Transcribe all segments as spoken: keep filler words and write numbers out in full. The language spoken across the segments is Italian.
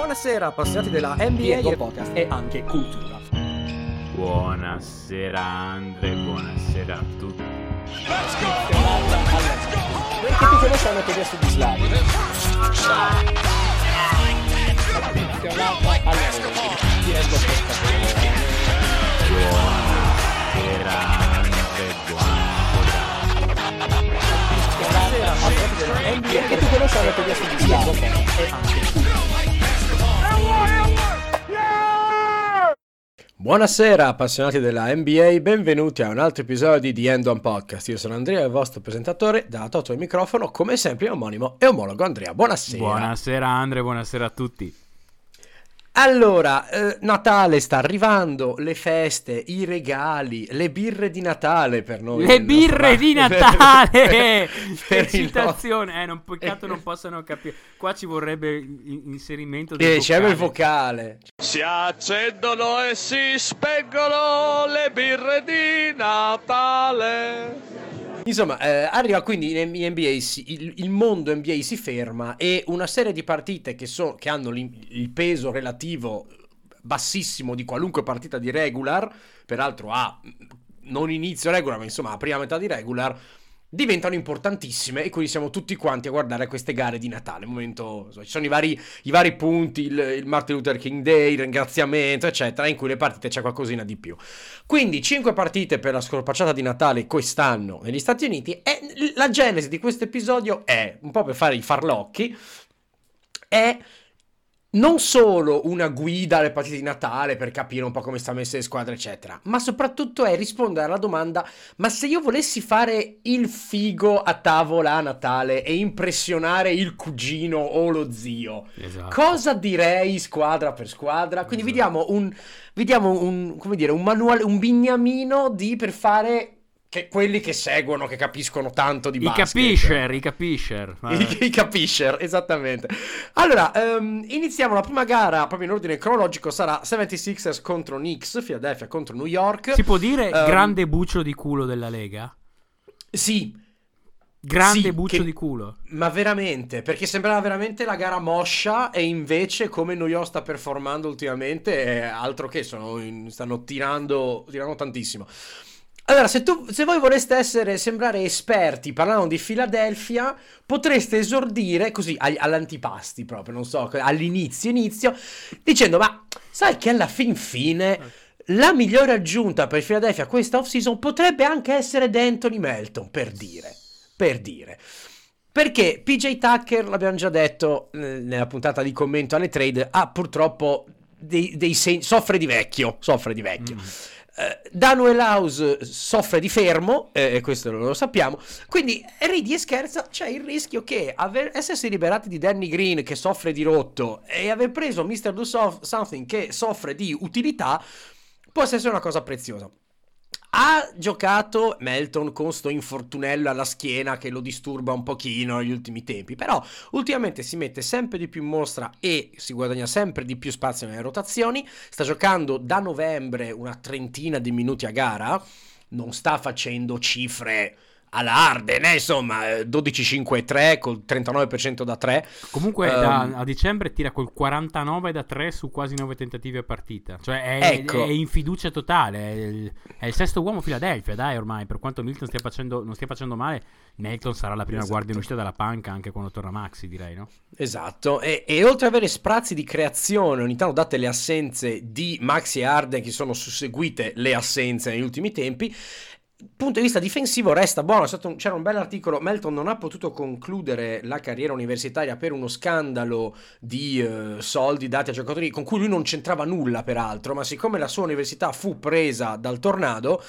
Buonasera appassionati della N B A e podcast e anche cultura. Buonasera Andre, buonasera a tutti. Let's go! Perché ti conosciamo che adesso di Slavi? Buonasera Andre, Buonasera appassionati della N B A e ti conosciamo che adesso di Slavi e anche cultura. Buonasera appassionati della N B A, benvenuti a un altro episodio di The End On Podcast. Io sono Andrea, il vostro presentatore, da Toto il microfono, come sempre omonimo e omologo Andrea. Buonasera. Buonasera Andre, buonasera a tutti. Allora, eh, Natale sta arrivando, le feste, i regali, le birre di Natale per noi. Le birre di Natale! Per Che citazione, eh, non, peccato non possano capire. Qua ci vorrebbe in- inserimento del Eh, vocale. c'è il vocale. Si accendono e si spengono le birre di Natale. Insomma, eh, arriva quindi in N B A, si- il, il mondo N B A si ferma e una serie di partite che, so, che hanno l'im- il peso relativo bassissimo di qualunque partita di regular, peraltro a non inizio regular, ma insomma a prima metà di regular, diventano importantissime e quindi siamo tutti quanti a guardare queste gare di Natale. Momento, insomma, ci sono i vari, i vari punti, il, il Martin Luther King Day, il ringraziamento, eccetera, in cui le partite c'è qualcosina di più. Quindi cinque partite per la scorpacciata di Natale quest'anno negli Stati Uniti, e la genesi di questo episodio è, un po' per fare i farlocchi, è non solo una guida alle partite di Natale per capire un po' come sta messa le squadre, eccetera, ma soprattutto è rispondere alla domanda: ma se io volessi fare il figo a tavola a Natale e impressionare il cugino o lo zio, Esatto. cosa direi squadra per squadra? Quindi vi diamo un, vi diamo un, come dire, un manuale, un bignamino di per fare che quelli che seguono, che capiscono tanto di I basket. capiscer, i capiscer. I, i capiscer, esattamente. Allora, ehm, iniziamo la prima gara proprio in ordine cronologico. Sarà settantasei ers contro Knicks, Philadelphia contro New York. Si può dire Ehm, grande buccio di culo della Lega? Sì, Grande sì, buccio che- di culo. ma veramente, perché sembrava veramente la gara moscia, e invece come New York sta performando ultimamente è altro che, sono in- stanno tirando, tirando tantissimo. Allora, se, tu, se voi voleste essere, sembrare esperti parlando di Philadelphia, potreste esordire così agli- all'antipasti proprio, non so, all'inizio inizio, dicendo: ma sai che alla fin fine la migliore aggiunta per Philadelphia questa off-season potrebbe anche essere D'Anthony Melton, per dire, per dire. Perché P J Tucker, l'abbiamo già detto eh, nella puntata di commento alle trade, ha purtroppo dei, dei segni, soffre di vecchio, soffre di vecchio. Mm. Eh, Danuel House soffre di fermo, eh, e questo lo sappiamo. Quindi ridi e scherza, c'è il rischio che aver, essersi liberati di Danny Green, che soffre di rotto, e aver preso mister Do Sof- Something, che soffre di utilità, possa essere una cosa preziosa. Ha giocato Melton con sto infortunello alla schiena che lo disturba un pochino negli ultimi tempi, però ultimamente si mette sempre di più in mostra e si guadagna sempre di più spazio nelle rotazioni. Sta giocando da novembre una trentina di minuti a gara, non sta facendo cifre alla Harden, eh, insomma, eh, dodici cinque e tre col trentanove per cento da tre. Comunque Ehm, da- a dicembre tira col quarantanove da tre su quasi nove tentativi a partita. Cioè è, Ecco. è in fiducia totale. È il, è il sesto uomo Philadelphia, dai, ormai. Per quanto Milton stia facendo, non stia facendo male, Melton sarà la prima Esatto. guardia in uscita dalla panca anche quando torna Maxi, direi, no? Esatto, e, e oltre ad avere sprazzi di creazione, ogni tanto date le assenze di Maxi e Harden, che sono susseguite le assenze negli ultimi tempi, punto di vista difensivo resta buono. È stato un- c'era un bel articolo: Melton non ha potuto concludere la carriera universitaria per uno scandalo di eh, soldi dati a giocatori con cui lui non c'entrava nulla, peraltro, ma siccome la sua università fu presa dal tornado,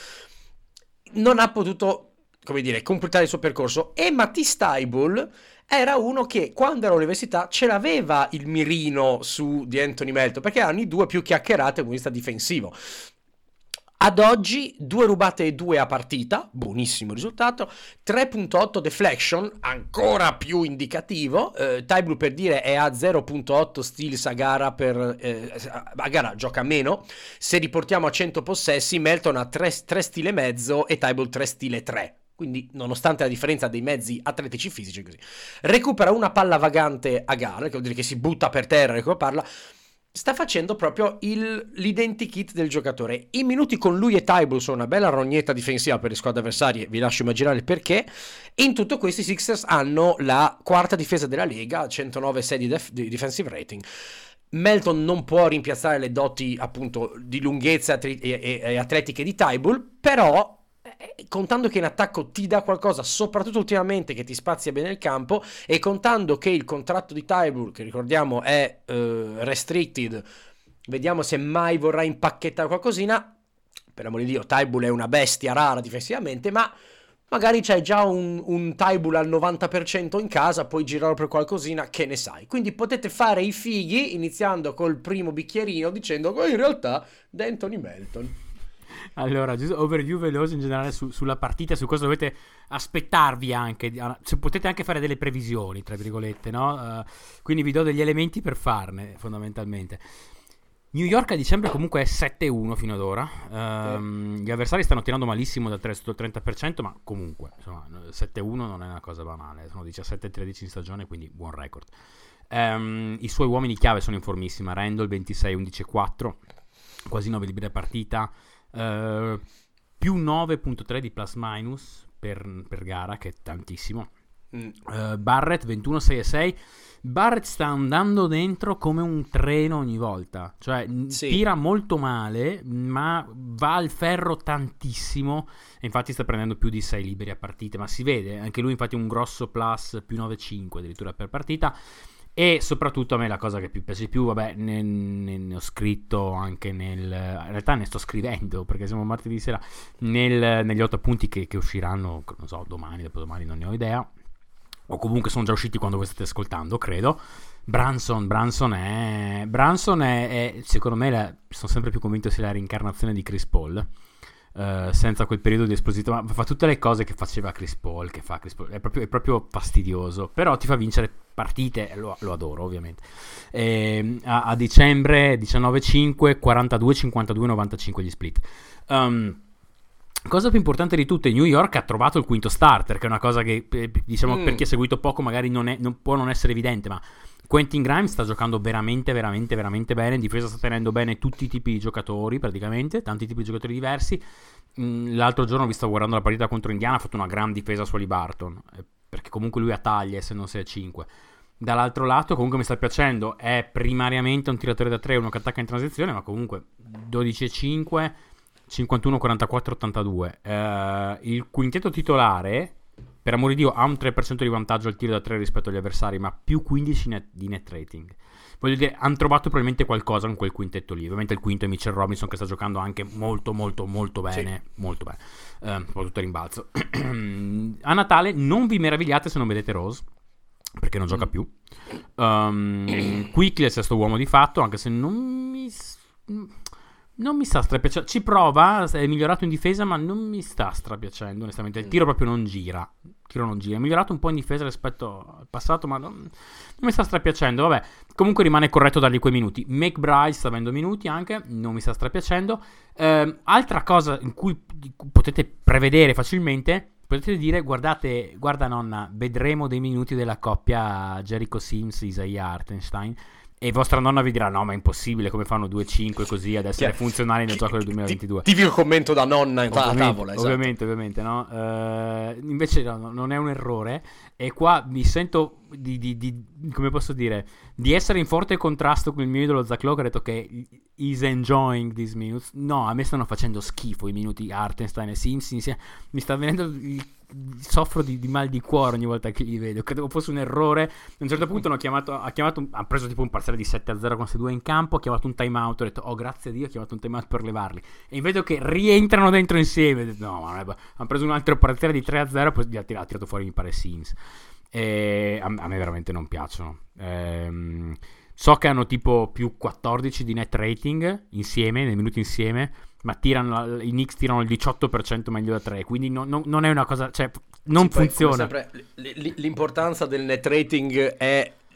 non ha potuto, come dire, completare il suo percorso. E Matisse Thybulle era uno che quando era all'università ce l'aveva il mirino su di Anthony Melton, perché erano i due più chiacchierati dal punto di vista difensivo. Ad oggi due rubate e due a partita, buonissimo risultato. Tre virgola otto deflection, ancora più indicativo. eh, Thybulle, per dire, è a zero virgola otto steals a gara, per eh, a gara gioca meno. Se riportiamo a cento possessi, Melton ha tre, tre steal e mezzo e Thybulle tre steal e tre. quindi nonostante la differenza dei mezzi atletici fisici, così recupera una palla vagante a gara, che vuol dire che si butta per terra e recupera, sta facendo proprio il, l'identikit del giocatore. I minuti con lui e Thybulle sono una bella rognetta difensiva per le squadre avversarie, vi lascio immaginare il perché. In tutto questo i Sixers hanno la quarta difesa della Lega, centonove virgola sei di, def- di defensive rating. Melton non può rimpiazzare le doti appunto di lunghezza e, e, e atletiche di Thybulle, però eh, contando che in attacco ti dà qualcosa, soprattutto ultimamente, che ti spazia bene il campo, e contando che il contratto di Thybulle, che ricordiamo è uh, restricted, vediamo se mai vorrà impacchettare qualcosina. Per amore di Dio, Thybulle è una bestia rara difensivamente, ma magari c'hai già un, un Thybulle al novanta per cento in casa, puoi girarlo per qualcosina, che ne sai. Quindi potete fare i fighi iniziando col primo bicchierino dicendo che in realtà D'Anthony Melton. Allora, giusto, overview veloce in generale su, sulla partita, su cosa dovete aspettarvi anche, se potete anche fare delle previsioni, tra virgolette, no? Uh, quindi vi do degli elementi per farne, fondamentalmente. New York a dicembre comunque è sette uno fino ad ora, um, sì. Gli avversari stanno tirando malissimo dal tre sotto il trenta per cento, ma comunque insomma, sette uno non è una cosa banale, sono diciassette tredici in stagione, quindi buon record. Um, I suoi uomini chiave sono in formissima, Randall ventisei undici e quattro, quasi nove libri a partita, uh, più nove virgola tre di plus minus per, per gara, che è tantissimo. Mm. Uh, Barrett ventuno sei e sei. Barrett sta andando dentro come un treno ogni volta, cioè sì. Tira molto male, ma va al ferro tantissimo, e infatti sta prendendo più di sei liberi a partita, ma si vede, anche lui infatti un grosso plus, più nove virgola cinque addirittura per partita. E soprattutto a me la cosa che più piace più, vabbè, ne, ne, ne ho scritto anche nel, in realtà ne sto scrivendo perché siamo martedì sera, nel, negli otto appunti che, che usciranno, non so, domani, dopodomani, non ne ho idea, o comunque sono già usciti quando voi state ascoltando, credo. Branson, Branson è Branson è, è secondo me la, sono sempre più convinto sia la reincarnazione di Chris Paul, uh, senza quel periodo di esplosività, ma fa tutte le cose che faceva Chris Paul, che fa Chris Paul, è proprio, è proprio fastidioso, però ti fa vincere partite, lo, lo adoro ovviamente. E, a, a dicembre diciannove cinque, quarantadue cinquantadue novantacinque gli split. um, Cosa più importante di tutte, New York ha trovato il quinto starter, che è una cosa che, diciamo, mm. per chi ha seguito poco magari non, è, non può non essere evidente, ma Quentin Grimes sta giocando veramente, veramente, veramente bene. In difesa sta tenendo bene tutti i tipi di giocatori, praticamente, tanti tipi di giocatori diversi. L'altro giorno vi stavo guardando la partita contro Indiana, ha fatto una gran difesa su Haliburton, perché comunque lui ha taglie, se non sei a cinque. Dall'altro lato comunque mi sta piacendo, è primariamente un tiratore da tre, uno che attacca in transizione, ma comunque dodici e cinque, cinquantuno quarantaquattro ottantadue. Uh, il quintetto titolare, per amore di Dio, ha un tre per cento di vantaggio al tiro da tre rispetto agli avversari, ma più quindici net, di net rating. Voglio dire, hanno trovato probabilmente qualcosa con quel quintetto lì. Ovviamente il quinto è Mitchell Robinson, che sta giocando anche molto molto molto bene, sì. molto bene, uh, soprattutto a rimbalzo. A Natale non vi meravigliate se non vedete Rose, perché non gioca mm. più. um, Quickly è il sesto uomo di fatto, anche se non mi... non mi sta strapiacendo. Ci prova, è migliorato in difesa, ma non mi sta strapiacendo onestamente. Il tiro proprio non gira. Il tiro non gira. È migliorato un po' in difesa rispetto al passato, ma non, non mi sta strapiacendo. Vabbè, comunque rimane corretto dargli quei minuti. McBride sta avendo minuti anche, non mi sta strapiacendo. Eh, altra cosa in cui potete prevedere facilmente, potete dire, guardate, guarda nonna, vedremo dei minuti della coppia Jericho Sims, Isaiah Hartenstein. E vostra nonna vi dirà: no, ma è impossibile, come fanno due cinque così ad essere funzionali nel gioco del duemilaventidue. Tipico commento da nonna in ovviamente, tavola, esatto. Ovviamente, ovviamente, no? Uh, invece no, non è un errore. E qua mi sento di, di, di, come posso dire, di essere in forte contrasto con il mio idolo Zach Lowe, che ha detto che is enjoying these minutes. No, a me stanno facendo schifo i minuti Hartenstein e Sims insieme. Mi sta venendo il soffro di, di mal di cuore ogni volta che li vedo. Credevo fosse un errore. A un certo punto hanno chiamato, ha chiamato, ha preso tipo un parziale di sette a zero con questi due in campo, ha chiamato un time out, ho detto oh grazie a Dio, ha chiamato un time out per levarli, e vedo che rientrano dentro insieme. Ho detto, no, ma hanno preso un altro parziale di tre a zero, poi ha tirato, ha tirato fuori mi pare Sims. E a, a me veramente non piacciono. ehm, so che hanno tipo più quattordici di net rating insieme, nei minuti insieme, ma tirano, i Knicks tirano il diciotto per cento meglio da tre, quindi no, no, non è una cosa, cioè non sì, funziona. Sempre, l'importanza del net rating è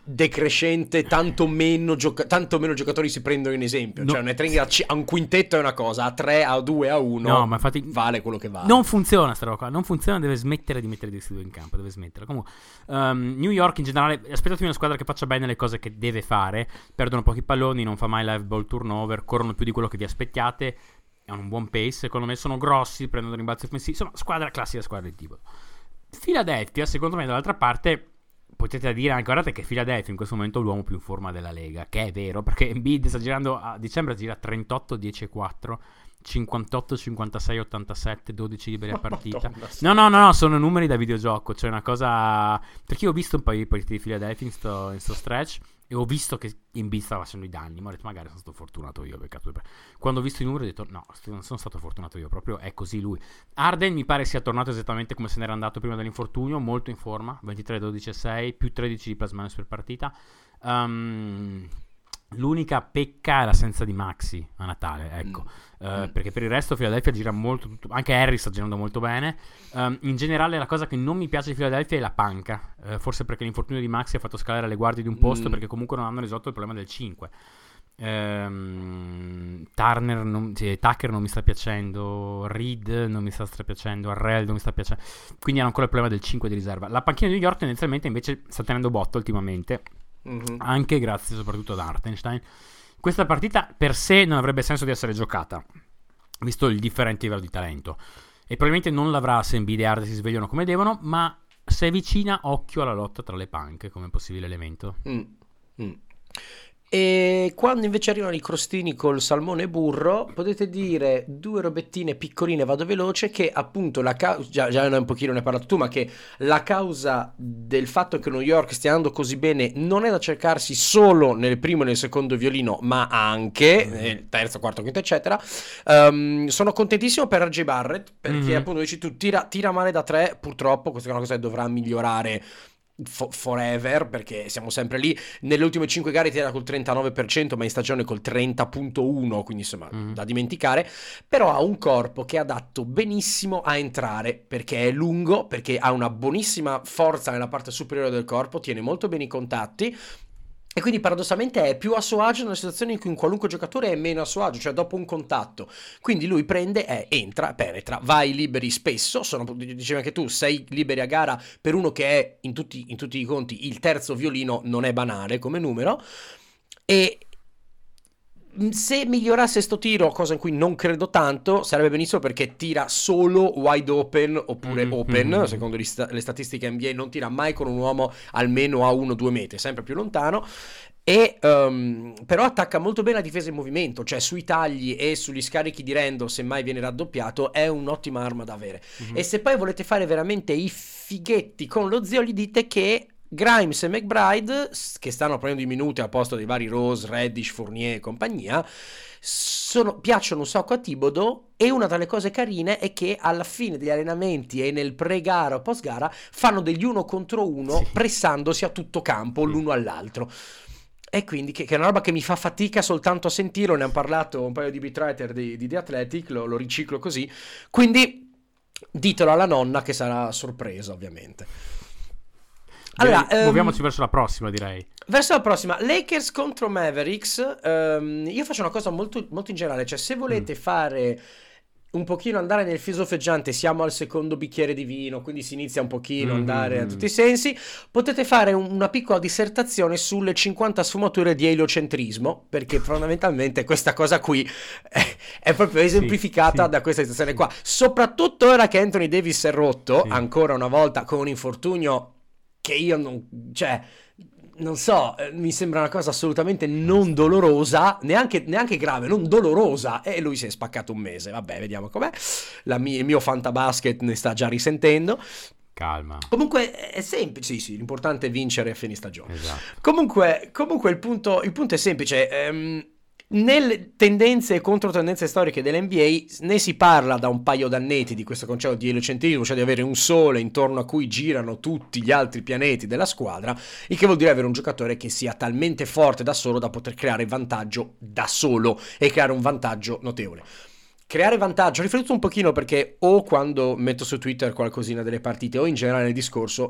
decrescente, tanto meno, gioca- tanto meno giocatori si prendono in esempio. No. Cioè un training a, c- a un quintetto è una cosa, a tre, a due, a uno No, ma infatti vale quello che vale. non funziona sta roba qua, non funziona, deve smettere di mettere questi due in campo, deve smettere. Comunque um, New York in generale, aspettatevi una squadra che faccia bene le cose che deve fare, perdono pochi palloni, non fa mai live ball turnover, corrono più di quello che vi aspettiate, hanno un buon pace, secondo me sono grossi, prendono rimbalzi offensivi, insomma squadra classica, squadra di tipo. Philadelphia, secondo me, dall'altra parte potete dire anche, guardate che Philadelphia in questo momento è l'uomo più in forma della Lega, che è vero, perché Embiid sta girando a dicembre, gira trentotto, dieci e quattro, cinquantotto, cinquantasei, ottantasette, dodici liberi a partita. No, no, no, no, sono numeri da videogioco, cioè una cosa, perché io ho visto un paio di partite di Philadelphia in sto, in sto stretch e ho visto che Embiid stava facendo i danni, ma ho detto magari sono stato fortunato io, peccato. Quando ho visto i numeri ho detto no, non sono stato fortunato io, proprio è così lui. Harden mi pare sia tornato esattamente come se n'era andato prima dell'infortunio, molto in forma, ventitré, dodici e sei, più tredici di plus minus per partita. um, L'unica pecca è l'assenza di Maxi a Natale, ecco, mm. uh, mm. perché per il resto Philadelphia gira molto, tutto, anche Harry sta girando molto bene. Um, in generale la cosa che non mi piace di Philadelphia è la panca, uh, forse perché l'infortunio di Maxi ha fatto scalare le guardie di un posto, mm. perché comunque non hanno risolto il problema del cinque. Um, Turner non, sì, Tucker non mi sta piacendo, Reed non mi sta piacendo, Arrel non mi sta piacendo, quindi hanno ancora il problema del cinque di riserva. La panchina di New York tendenzialmente invece sta tenendo botta ultimamente, mm-hmm. anche grazie soprattutto ad Hartenstein. Questa partita per sé non avrebbe senso di essere giocata, visto il differente livello di talento, e probabilmente non l'avrà se Embiid e Harden si svegliano come devono, ma se è vicina, occhio alla lotta tra le panche come possibile elemento. mm. Mm. E quando invece arrivano i crostini col salmone e burro, potete dire due robettine piccoline, vado veloce, che appunto la causa, già, già un pochino ne hai parlato tu, ma che la causa del fatto che New York stia andando così bene non è da cercarsi solo nel primo e nel secondo violino, ma anche nel terzo, quarto, quinto eccetera. Um, sono contentissimo per R J Barrett, perché mm-hmm. appunto dici tu, tira, tira male da tre, purtroppo questa è una cosa che dovrà migliorare For- forever, perché siamo sempre lì. Nelle ultime cinque gare tira col trentanove per cento, ma in stagione col trenta virgola uno, quindi insomma mm. da dimenticare. Però ha un corpo che è adatto benissimo a entrare, perché è lungo, perché ha una buonissima forza nella parte superiore del corpo, tiene molto bene i contatti, e quindi paradossalmente è più a suo agio nelle situazioni in cui un qualunque giocatore è meno a suo agio, cioè dopo un contatto. Quindi lui prende, eh, entra, penetra, vai liberi spesso, sono, dicevi anche tu, sei liberi a gara per uno che è in tutti, in tutti i conti il terzo violino, non è banale come numero. E se migliorasse sto tiro, cosa in cui non credo tanto, sarebbe benissimo, perché tira solo wide open oppure mm-hmm. open, secondo sta- le statistiche N B A non tira mai con un uomo almeno a uno due metri, sempre più lontano. E um, però attacca molto bene la difesa in movimento, cioè sui tagli e sugli scarichi di Randle, se mai viene raddoppiato, è un'ottima arma da avere. Mm-hmm. E se poi volete fare veramente i fighetti con lo zio, gli dite che Grimes e McBride, che stanno prendendo i minuti a posto dei vari Rose, Reddish, Fournier e compagnia, sono, piacciono un sacco a Thibodeau, e una delle cose carine è che alla fine degli allenamenti e nel pre-gara o post-gara fanno degli uno contro uno, sì. pressandosi a tutto campo sì. l'uno all'altro. E quindi che, che è una roba che mi fa fatica soltanto a sentirlo, ne hanno parlato un paio di beat writer di, di The Athletic, lo, lo riciclo così, quindi ditelo alla nonna che sarà sorpresa ovviamente. Allora, um, muoviamoci verso la prossima, direi. Verso la prossima, Lakers contro Mavericks. Um, io faccio una cosa molto, molto in generale, cioè se volete mm. fare un pochino andare nel filosofeggiante, siamo al secondo bicchiere di vino, quindi si inizia un pochino a andare mm-hmm. a tutti i sensi, potete fare un, una piccola dissertazione sulle cinquanta sfumature di eliocentrismo, perché fondamentalmente questa cosa qui è, è proprio esemplificata sì, sì, da questa situazione sì. qua, soprattutto ora che Anthony Davis è rotto, sì. ancora una volta con un infortunio che io non, cioè, non so, mi sembra una cosa assolutamente non dolorosa, neanche, neanche grave, non dolorosa, e lui si è spaccato un mese, vabbè, vediamo com'è, La mia, il mio fantabasket ne sta già risentendo. Calma. Comunque è semplice, sì sì, l'importante è vincere a fine stagione. Esatto. Comunque, comunque il punto, il punto è semplice, ehm, nelle tendenze e controtendenze storiche dell'N B A ne si parla da un paio d'annetti di questo concetto di eliocentrismo, cioè di avere un sole intorno a cui girano tutti gli altri pianeti della squadra, il che vuol dire avere un giocatore che sia talmente forte da solo da poter creare vantaggio da solo e creare un vantaggio notevole. Creare vantaggio, ho riflettuto un pochino, perché o quando metto su Twitter qualcosina delle partite o in generale nel discorso,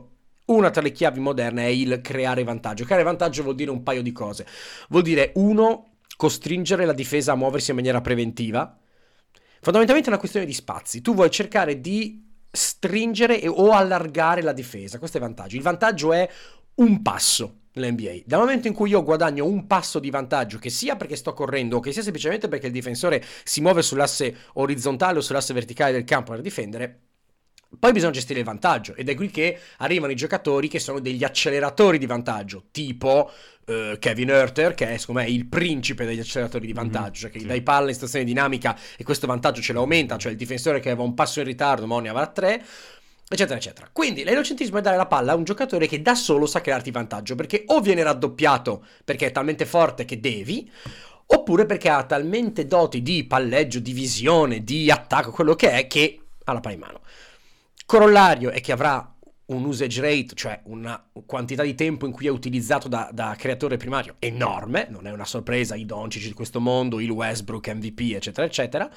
Una tra le chiavi moderne è il creare vantaggio. Creare vantaggio vuol dire un paio di cose. Vuol dire, uno, costringere la difesa a muoversi in maniera preventiva. Fondamentalmente è una questione di spazi. Tu vuoi cercare di stringere e, o allargare la difesa. Questo è il vantaggio. Il vantaggio è un passo nell'N B A. Dal momento in cui io guadagno un passo di vantaggio, che sia perché sto correndo o che sia semplicemente perché il difensore si muove sull'asse orizzontale o sull'asse verticale del campo per difendere, poi bisogna gestire il vantaggio, ed è qui che arrivano i giocatori che sono degli acceleratori di vantaggio, tipo uh, Kevin Huerter, che è secondo me il principe degli acceleratori di vantaggio, mm-hmm, che sì. dai palla in situazione dinamica e questo vantaggio ce l'aumenta, cioè il difensore che aveva un passo in ritardo ma ne avrà tre, eccetera eccetera. Quindi l'elocentrismo è dare la palla a un giocatore che da solo sa crearti vantaggio, perché o viene raddoppiato perché è talmente forte che devi, oppure perché ha talmente doti di palleggio, di visione, di attacco, quello che è, che ha la palla in mano. Corollario è che avrà un usage rate, cioè una quantità di tempo in cui è utilizzato da, da creatore primario enorme, non è una sorpresa, i Doncic di questo mondo, il Westbrook M V P, eccetera eccetera.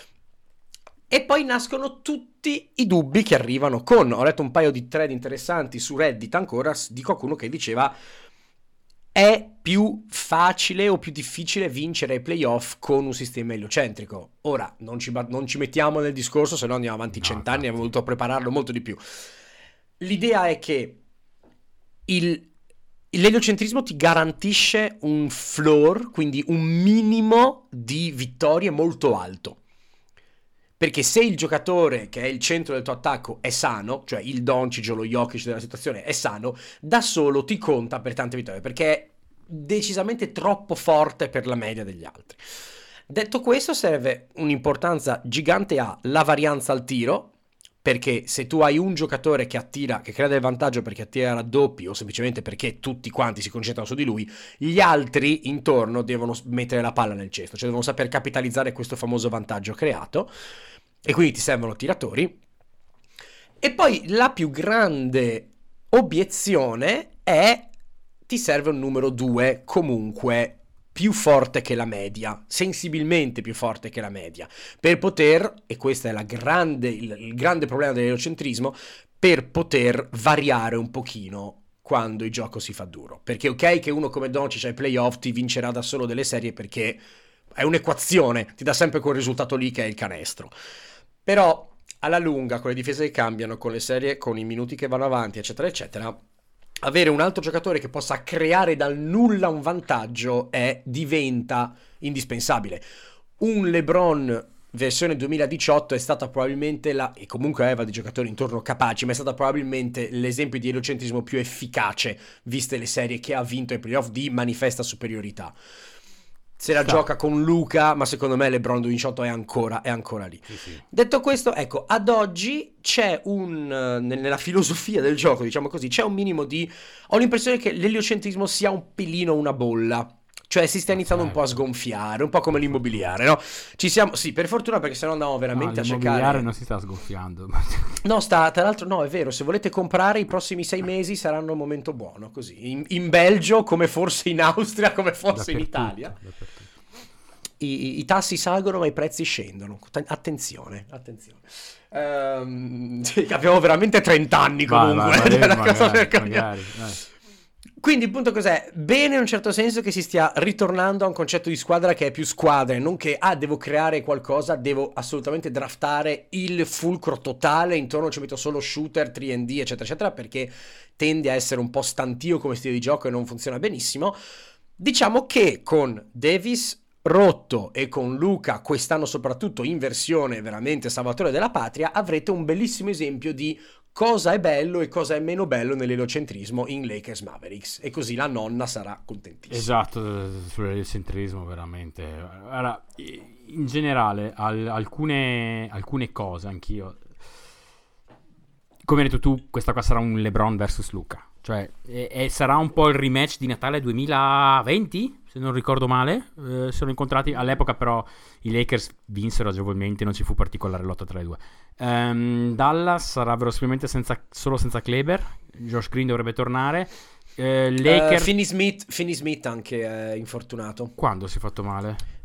E poi nascono tutti i dubbi che arrivano con, ho letto un paio di thread interessanti su Reddit ancora, di qualcuno che diceva: è più facile o più difficile vincere ai playoff con un sistema eliocentrico? Ora, non ci, non ci mettiamo nel discorso, se no andiamo avanti no, cent'anni, avremmo voluto prepararlo molto di più. L'idea è che il, l'eliocentrismo ti garantisce un floor, quindi un minimo di vittorie molto alto. Perché se il giocatore che è il centro del tuo attacco è sano, cioè il Doncic o lo Jokic della situazione è sano, da solo ti conta per tante vittorie, perché è decisamente troppo forte per la media degli altri. Detto questo, serve un'importanza gigante alla varianza al tiro, perché se tu hai un giocatore che attira, che crea del vantaggio perché attira raddoppi o semplicemente perché tutti quanti si concentrano su di lui, gli altri intorno devono mettere la palla nel cesto, cioè devono saper capitalizzare questo famoso vantaggio creato, e quindi ti servono tiratori. E poi la più grande obiezione è: ti serve un numero due comunque più forte che la media, sensibilmente più forte che la media, per poter, e questo è la grande, il, il grande problema dell'eliocentrismo, per poter variare un pochino quando il gioco si fa duro. Perché ok che uno come Doncic ai playoff ti vincerà da solo delle serie perché è un'equazione, ti dà sempre quel risultato lì che è il canestro. Però alla lunga, con le difese che cambiano, con le serie, con i minuti che vanno avanti, eccetera eccetera, avere un altro giocatore che possa creare dal nulla un vantaggio è, diventa indispensabile. Un LeBron versione duemiladiciotto è stata probabilmente la, e comunque aveva dei giocatori intorno capaci, ma è stata probabilmente l'esempio di eliocentrismo più efficace, viste le serie che ha vinto ai playoff di manifesta superiorità. Se la Sta. gioca con Luka, ma secondo me LeBron duemiladiciotto è ancora, è ancora lì. Sì, sì. Detto questo, ecco, ad oggi c'è un, nella filosofia del gioco, diciamo così, c'è un minimo di, ho l'impressione che l'eliocentrismo sia un pelino una bolla. Cioè si sta iniziando certo. un po' a sgonfiare, un po' come l'immobiliare, no? Ci siamo, sì, per fortuna, perché sennò andavamo veramente no, a cercare. L'immobiliare non si sta sgonfiando. No, sta, tra l'altro, no, è vero, se volete comprare i prossimi sei mesi saranno un momento buono, così. In, in Belgio, come forse in Austria, come forse in Italia. I, I tassi salgono ma i prezzi scendono. Attenzione, attenzione. Um, sì, abbiamo veramente trenta anni comunque. Vai, vai, vai, magari, magari, eh. Quindi il punto cos'è? Bene in un certo senso che si stia ritornando a un concetto di squadra che è più squadre, non che ah devo creare qualcosa, devo assolutamente draftare il fulcro totale, intorno ci metto solo shooter, tre and D eccetera eccetera, perché tende a essere un po' stantio come stile di gioco e non funziona benissimo. Diciamo che con Davis rotto e con Luka quest'anno soprattutto in versione veramente salvatore della patria, avrete un bellissimo esempio di cosa è bello e cosa è meno bello nell'eliocentrismo in Lakers Mavericks, e così la nonna sarà contentissima. Esatto, sull'eliocentrismo veramente. Allora, in generale al, alcune, alcune cose anch'io, come hai detto tu, questa qua sarà un LeBron versus Luka, cioè e, e sarà un po' il rematch di Natale duemilaventi, se non ricordo male. Eh, sono incontrati all'epoca, però i Lakers vinsero agevolmente, non ci fu particolare lotta tra i due. um, Dallas sarà verosimilmente senza, solo senza Kleber. Josh Green dovrebbe tornare. uh, Lakers... uh, Finney Smith Finney Smith anche è infortunato. Quando si è fatto male? Uh,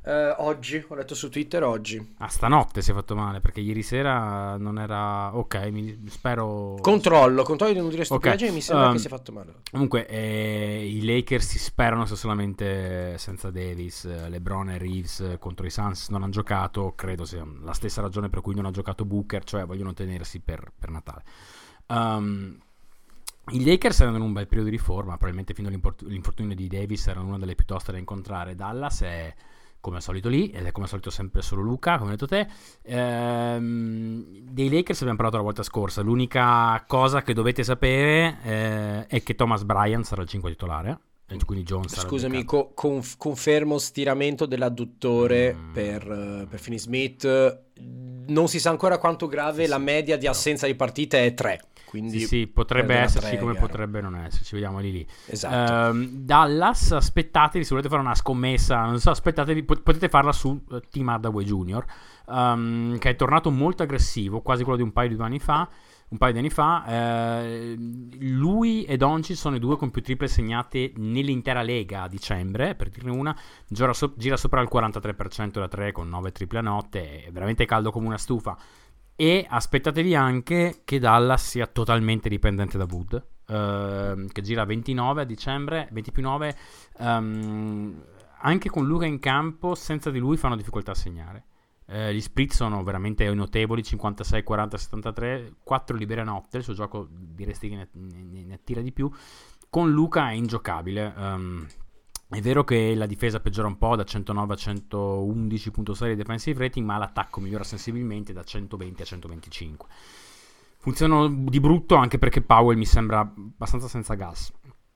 Uh, oggi, ho letto su Twitter oggi. Ah, stanotte si è fatto male, perché ieri sera non era... Ok, mi... spero... Controllo, controllo di non dire stupidaggini, okay. mi sembra um, che si è fatto male. Comunque, eh, i Lakers si sperano se solamente senza Davis, LeBron e Reeves contro i Suns non hanno giocato, credo sia la stessa ragione per cui non ha giocato Booker, cioè vogliono tenersi per, per Natale. Um, I Lakers erano in un bel periodo di forma, probabilmente fino all'infortunio di Davis erano una delle più toste da incontrare. Dallas è come al solito lì, ed è come al solito sempre solo Luka, come hai detto te. Ehm, dei Lakers abbiamo parlato la volta scorsa, l'unica cosa che dovete sapere eh, è che Thomas Bryant sarà il cinque titolare, quindi Jones sarà Scusami, co- conf- confermo stiramento dell'adduttore mm. per, uh, per Finney Smith. Non si sa ancora quanto grave, sì, la media di assenza di partite è tre. Quindi sì, sì, potrebbe esserci come gara. Potrebbe non esserci, vediamo lì lì. Esatto. Uh, Dallas, aspettatevi, se volete fare una scommessa, non so, aspettatevi, pot- potete farla su uh, Tim Hardaway Junior, um, che è tornato molto aggressivo, quasi quello di un paio di anni fa. Un paio di anni fa, eh, lui e Doncic sono i due con più triple segnate nell'intera lega a dicembre, per dirne una. Gira, so- gira sopra il quarantatré per cento da tre con nove triple a notte, è veramente caldo come una stufa. E aspettatevi anche che Dallas sia totalmente dipendente da Wood, eh, che gira ventinove a dicembre, venti più nove. Um, anche con Luka in campo, senza di lui fanno difficoltà a segnare. Eh, gli split sono veramente notevoli, cinquantasei, quaranta, settantatré, quattro libere a notte, il suo gioco diresti che ne, ne, ne attira di più. Con Luka è ingiocabile. Um, è vero che la difesa peggiora un po', da centonove a centoundici virgola sei di defensive rating, ma l'attacco migliora sensibilmente da centoventi a centoventicinque. Funzionano di brutto anche perché Powell mi sembra abbastanza senza gas.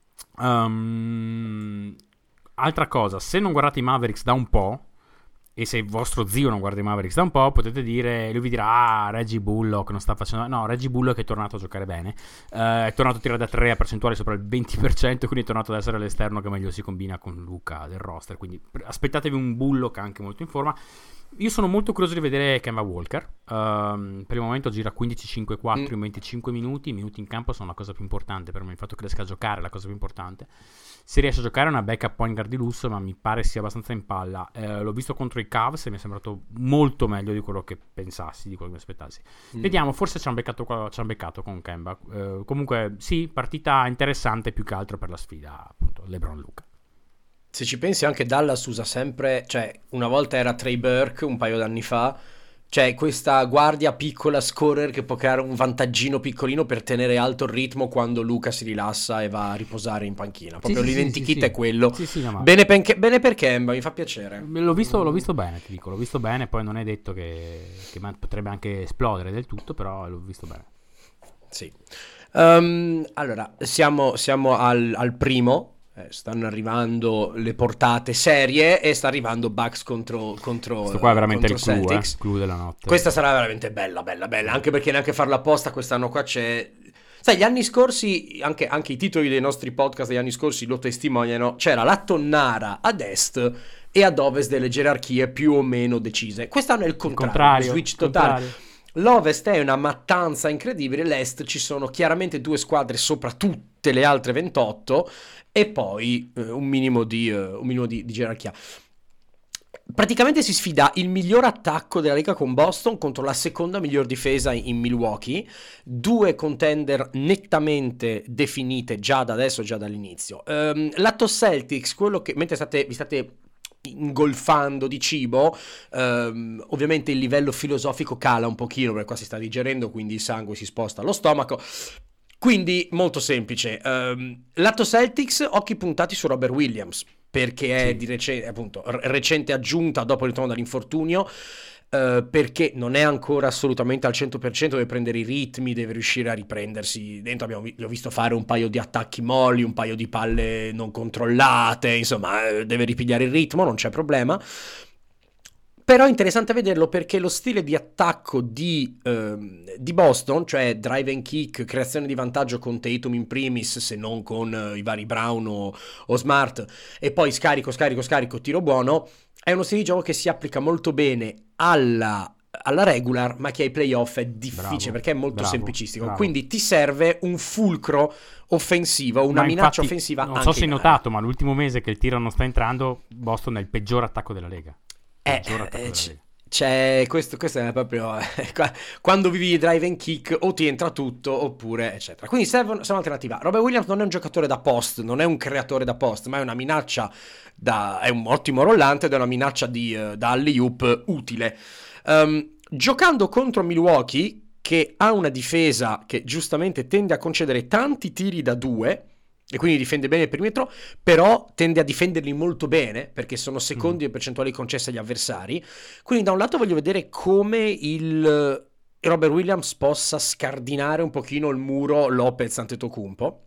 Um, altra cosa, se non guardate i Mavericks da un po', e se il vostro zio non guarda i Mavericks da un po', potete dire, lui vi dirà, ah, Reggie Bullock non sta facendo... No, Reggie Bullock è tornato a giocare bene, uh, è tornato a tirare da tre a percentuali sopra il venti per cento, quindi è tornato ad essere all'esterno che meglio si combina con Luka del roster, quindi aspettatevi un Bullock anche molto in forma. Io sono molto curioso di vedere Kemba Walker, uh, per il momento gira quindici cinque quattro mm. in venticinque minuti, i minuti in campo sono la cosa più importante per me, il fatto che riesca a giocare è la cosa più importante. Se riesce a giocare è una backup point guard di lusso, ma mi pare sia abbastanza in palla. Eh, l'ho visto contro i Cavs e mi è sembrato molto meglio di quello che pensassi, di quello che mi aspettassi. Mm. Vediamo, forse ci hanno beccato, ci han beccato con Kemba. Eh, comunque sì, partita interessante più che altro per la sfida, appunto, LeBron-Luka. Se ci pensi anche Dallas usa sempre, cioè una volta era Trey Burke un paio d'anni fa, cioè questa guardia piccola scorer che può creare un vantaggino piccolino per tenere alto il ritmo quando Luka si rilassa e va a riposare in panchina. Proprio sì, l'identikit sì, sì, è quello. Sì, sì, no, bene, per, bene per Kemba, mi fa piacere. L'ho visto, l'ho visto bene, ti dico, l'ho visto bene, poi non è detto che, che potrebbe anche esplodere del tutto, però l'ho visto bene. Sì. Um, allora, siamo, siamo al, al primo. Eh, stanno arrivando le portate serie e sta arrivando Bucks contro contro questo qua è veramente il clou, eh, clou della notte. Questa sarà veramente bella bella bella, anche perché neanche farla apposta quest'anno qua c'è, sai, gli anni scorsi anche, anche i titoli dei nostri podcast degli anni scorsi lo testimoniano, c'era la tonnara ad est e ad ovest delle gerarchie più o meno decise. Quest'anno è il contrario, il contrario switch totale. Contrario. L'Ovest è una mattanza incredibile, l'Est ci sono chiaramente due squadre sopra tutte le altre ventotto e poi eh, un minimo, di, uh, un minimo di, di gerarchia. Praticamente si sfida il miglior attacco della Lega con Boston contro la seconda miglior difesa in Milwaukee, due contender nettamente definite già da adesso, già dall'inizio. Um, lato Celtics, quello che mentre state, vi state ingolfando di cibo, ehm, ovviamente il livello filosofico cala un pochino perché qua si sta digerendo, quindi il sangue si sposta allo stomaco, quindi molto semplice. ehm, lato Celtics, occhi puntati su Robert Williams perché è sì. di recente, appunto, recente aggiunta dopo il ritorno dall'infortunio, Uh, perché non è ancora assolutamente al cento per cento, deve prendere i ritmi, deve riuscire a riprendersi dentro. Abbiamo vi- l'ho visto fare un paio di attacchi molli, un paio di palle non controllate, insomma deve ripigliare il ritmo, non c'è problema. Però è interessante vederlo perché lo stile di attacco di, uh, di Boston, cioè drive and kick, creazione di vantaggio con Tatum in primis, se non con uh, i vari Brown o, o Smart, e poi scarico, scarico, scarico, tiro buono, è uno stile di gioco che si applica molto bene alla, alla regular, ma che ai playoff è difficile, bravo, perché è molto bravo, semplicistico. Bravo. Quindi ti serve un fulcro offensivo, una ma minaccia infatti, offensiva. Non so se hai notato, ma l'ultimo mese che il tiro non sta entrando, Boston è il peggior attacco della Lega. peggior Eh, attacco eh, della c- Lega. c'è questo, questo è proprio eh, qua- quando vivi di drive and kick o ti entra tutto oppure eccetera. Quindi serve, serve un'alternativa. Robert Williams non è un giocatore da post, non è un creatore da post, ma è una minaccia da, è un ottimo rollante ed è una minaccia di, eh, da alley-oop utile. Ehm, giocando contro Milwaukee, che ha una difesa che giustamente tende a concedere tanti tiri da due e quindi difende bene il perimetro, però tende a difenderli molto bene perché sono secondi Mm. le percentuali concesse agli avversari. Quindi da un lato voglio vedere come il Robert Williams possa scardinare un pochino il muro Lopez-Antetokounmpo,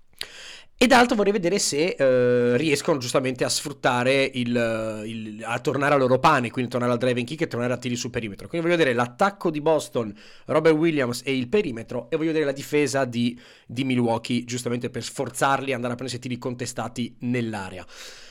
e dall'altro vorrei vedere se eh, riescono giustamente a sfruttare il, il- a tornare al loro pane, quindi tornare al drive and kick e tornare a tiri su perimetro. Quindi voglio vedere l'attacco di Boston, Robert Williams e il perimetro, e voglio vedere la difesa di, di Milwaukee, giustamente per sforzarli ad andare a prendere tiri contestati nell'area.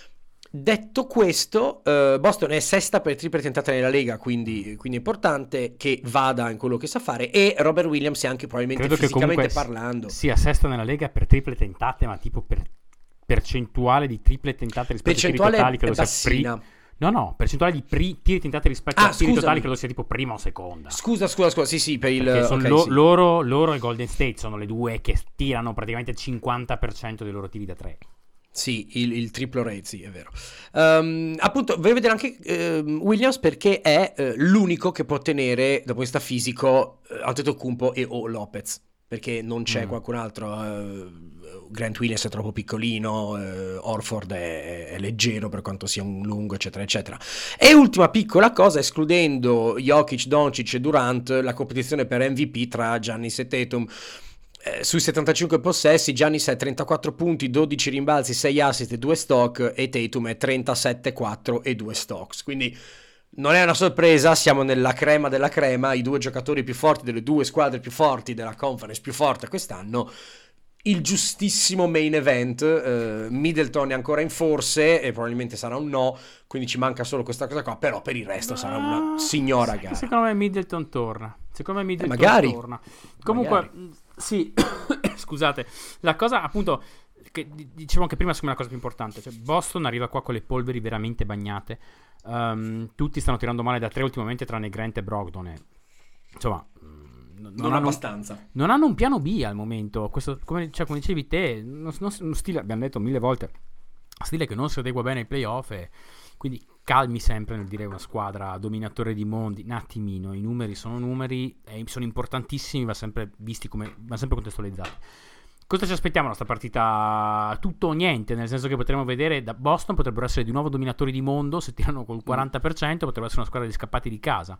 Detto questo, eh, Boston è sesta per triple tentate nella Lega, quindi, quindi è importante che vada in quello che sa fare, e Robert Williams è anche probabilmente Credo che fisicamente comunque parlando. sia sesta nella Lega per triple tentate, ma tipo per percentuale di triple tentate rispetto ai tiri Percentuale totali, è credo sia pri- bassina. No, no, percentuale di pri- tiri tentati rispetto Ah, ai tiri scusami. totali credo sia tipo prima o seconda. Scusa, scusa, scusa, sì, sì, per il... Perché sono ok, lo- sì. loro, loro e Golden State sono le due che tirano praticamente il cinquanta per cento dei loro tiri da tre. Sì, il, il triplo rate, sì, è vero. Ehm, appunto, voglio vedere anche ehm, Williams, perché è eh, l'unico che può tenere, da questo fisico, eh, Antetokounmpo e o Lopez, perché non c'è Mm. qualcun altro. eh, Grant Williams è troppo piccolino, eh, Horford è, è leggero per quanto sia un lungo, eccetera, eccetera. E ultima piccola cosa, escludendo Jokic, Doncic e Durant, la competizione per M V P tra Giannis e Tatum. Eh, sui settantacinque possessi Giannis è trentaquattro punti, dodici rimbalzi, sei assist e due stock, e Tatum è trentasette, quattro e due stocks. Quindi non è una sorpresa, siamo nella crema della crema, i due giocatori più forti delle due squadre più forti della conference più forte quest'anno. Il giustissimo main event. eh, Middleton è ancora in forse e probabilmente sarà un no, quindi ci manca solo questa cosa qua, però per il resto sarà una signora Sì, gara. secondo me Middleton torna. Secondo me Middleton Eh, magari. torna. Comunque, Magari. mh, sì, scusate, la cosa appunto che di- dicevamo che prima secondo me è la cosa più importante, cioè Boston arriva qua con le polveri veramente bagnate. Ehm, tutti stanno tirando male da tre ultimamente tranne Grant e Brogdon. e, Insomma, mh, non, Non hanno, abbastanza. non hanno un piano B al momento. Questo, come, cioè, come dicevi te, uno, uno stile, abbiamo detto mille volte, stile che non si adegua bene ai playoff, e quindi calmi sempre nel dire una squadra dominatore di mondi. Un attimino, i numeri sono numeri, e sono importantissimi, va sempre visti come, va sempre contestualizzati. Cosa ci aspettiamo da questa partita? Tutto o niente, nel senso che potremo vedere da Boston potrebbero essere di nuovo dominatori di mondo, se tirano col quaranta per cento potrebbe essere una squadra di scappati di casa.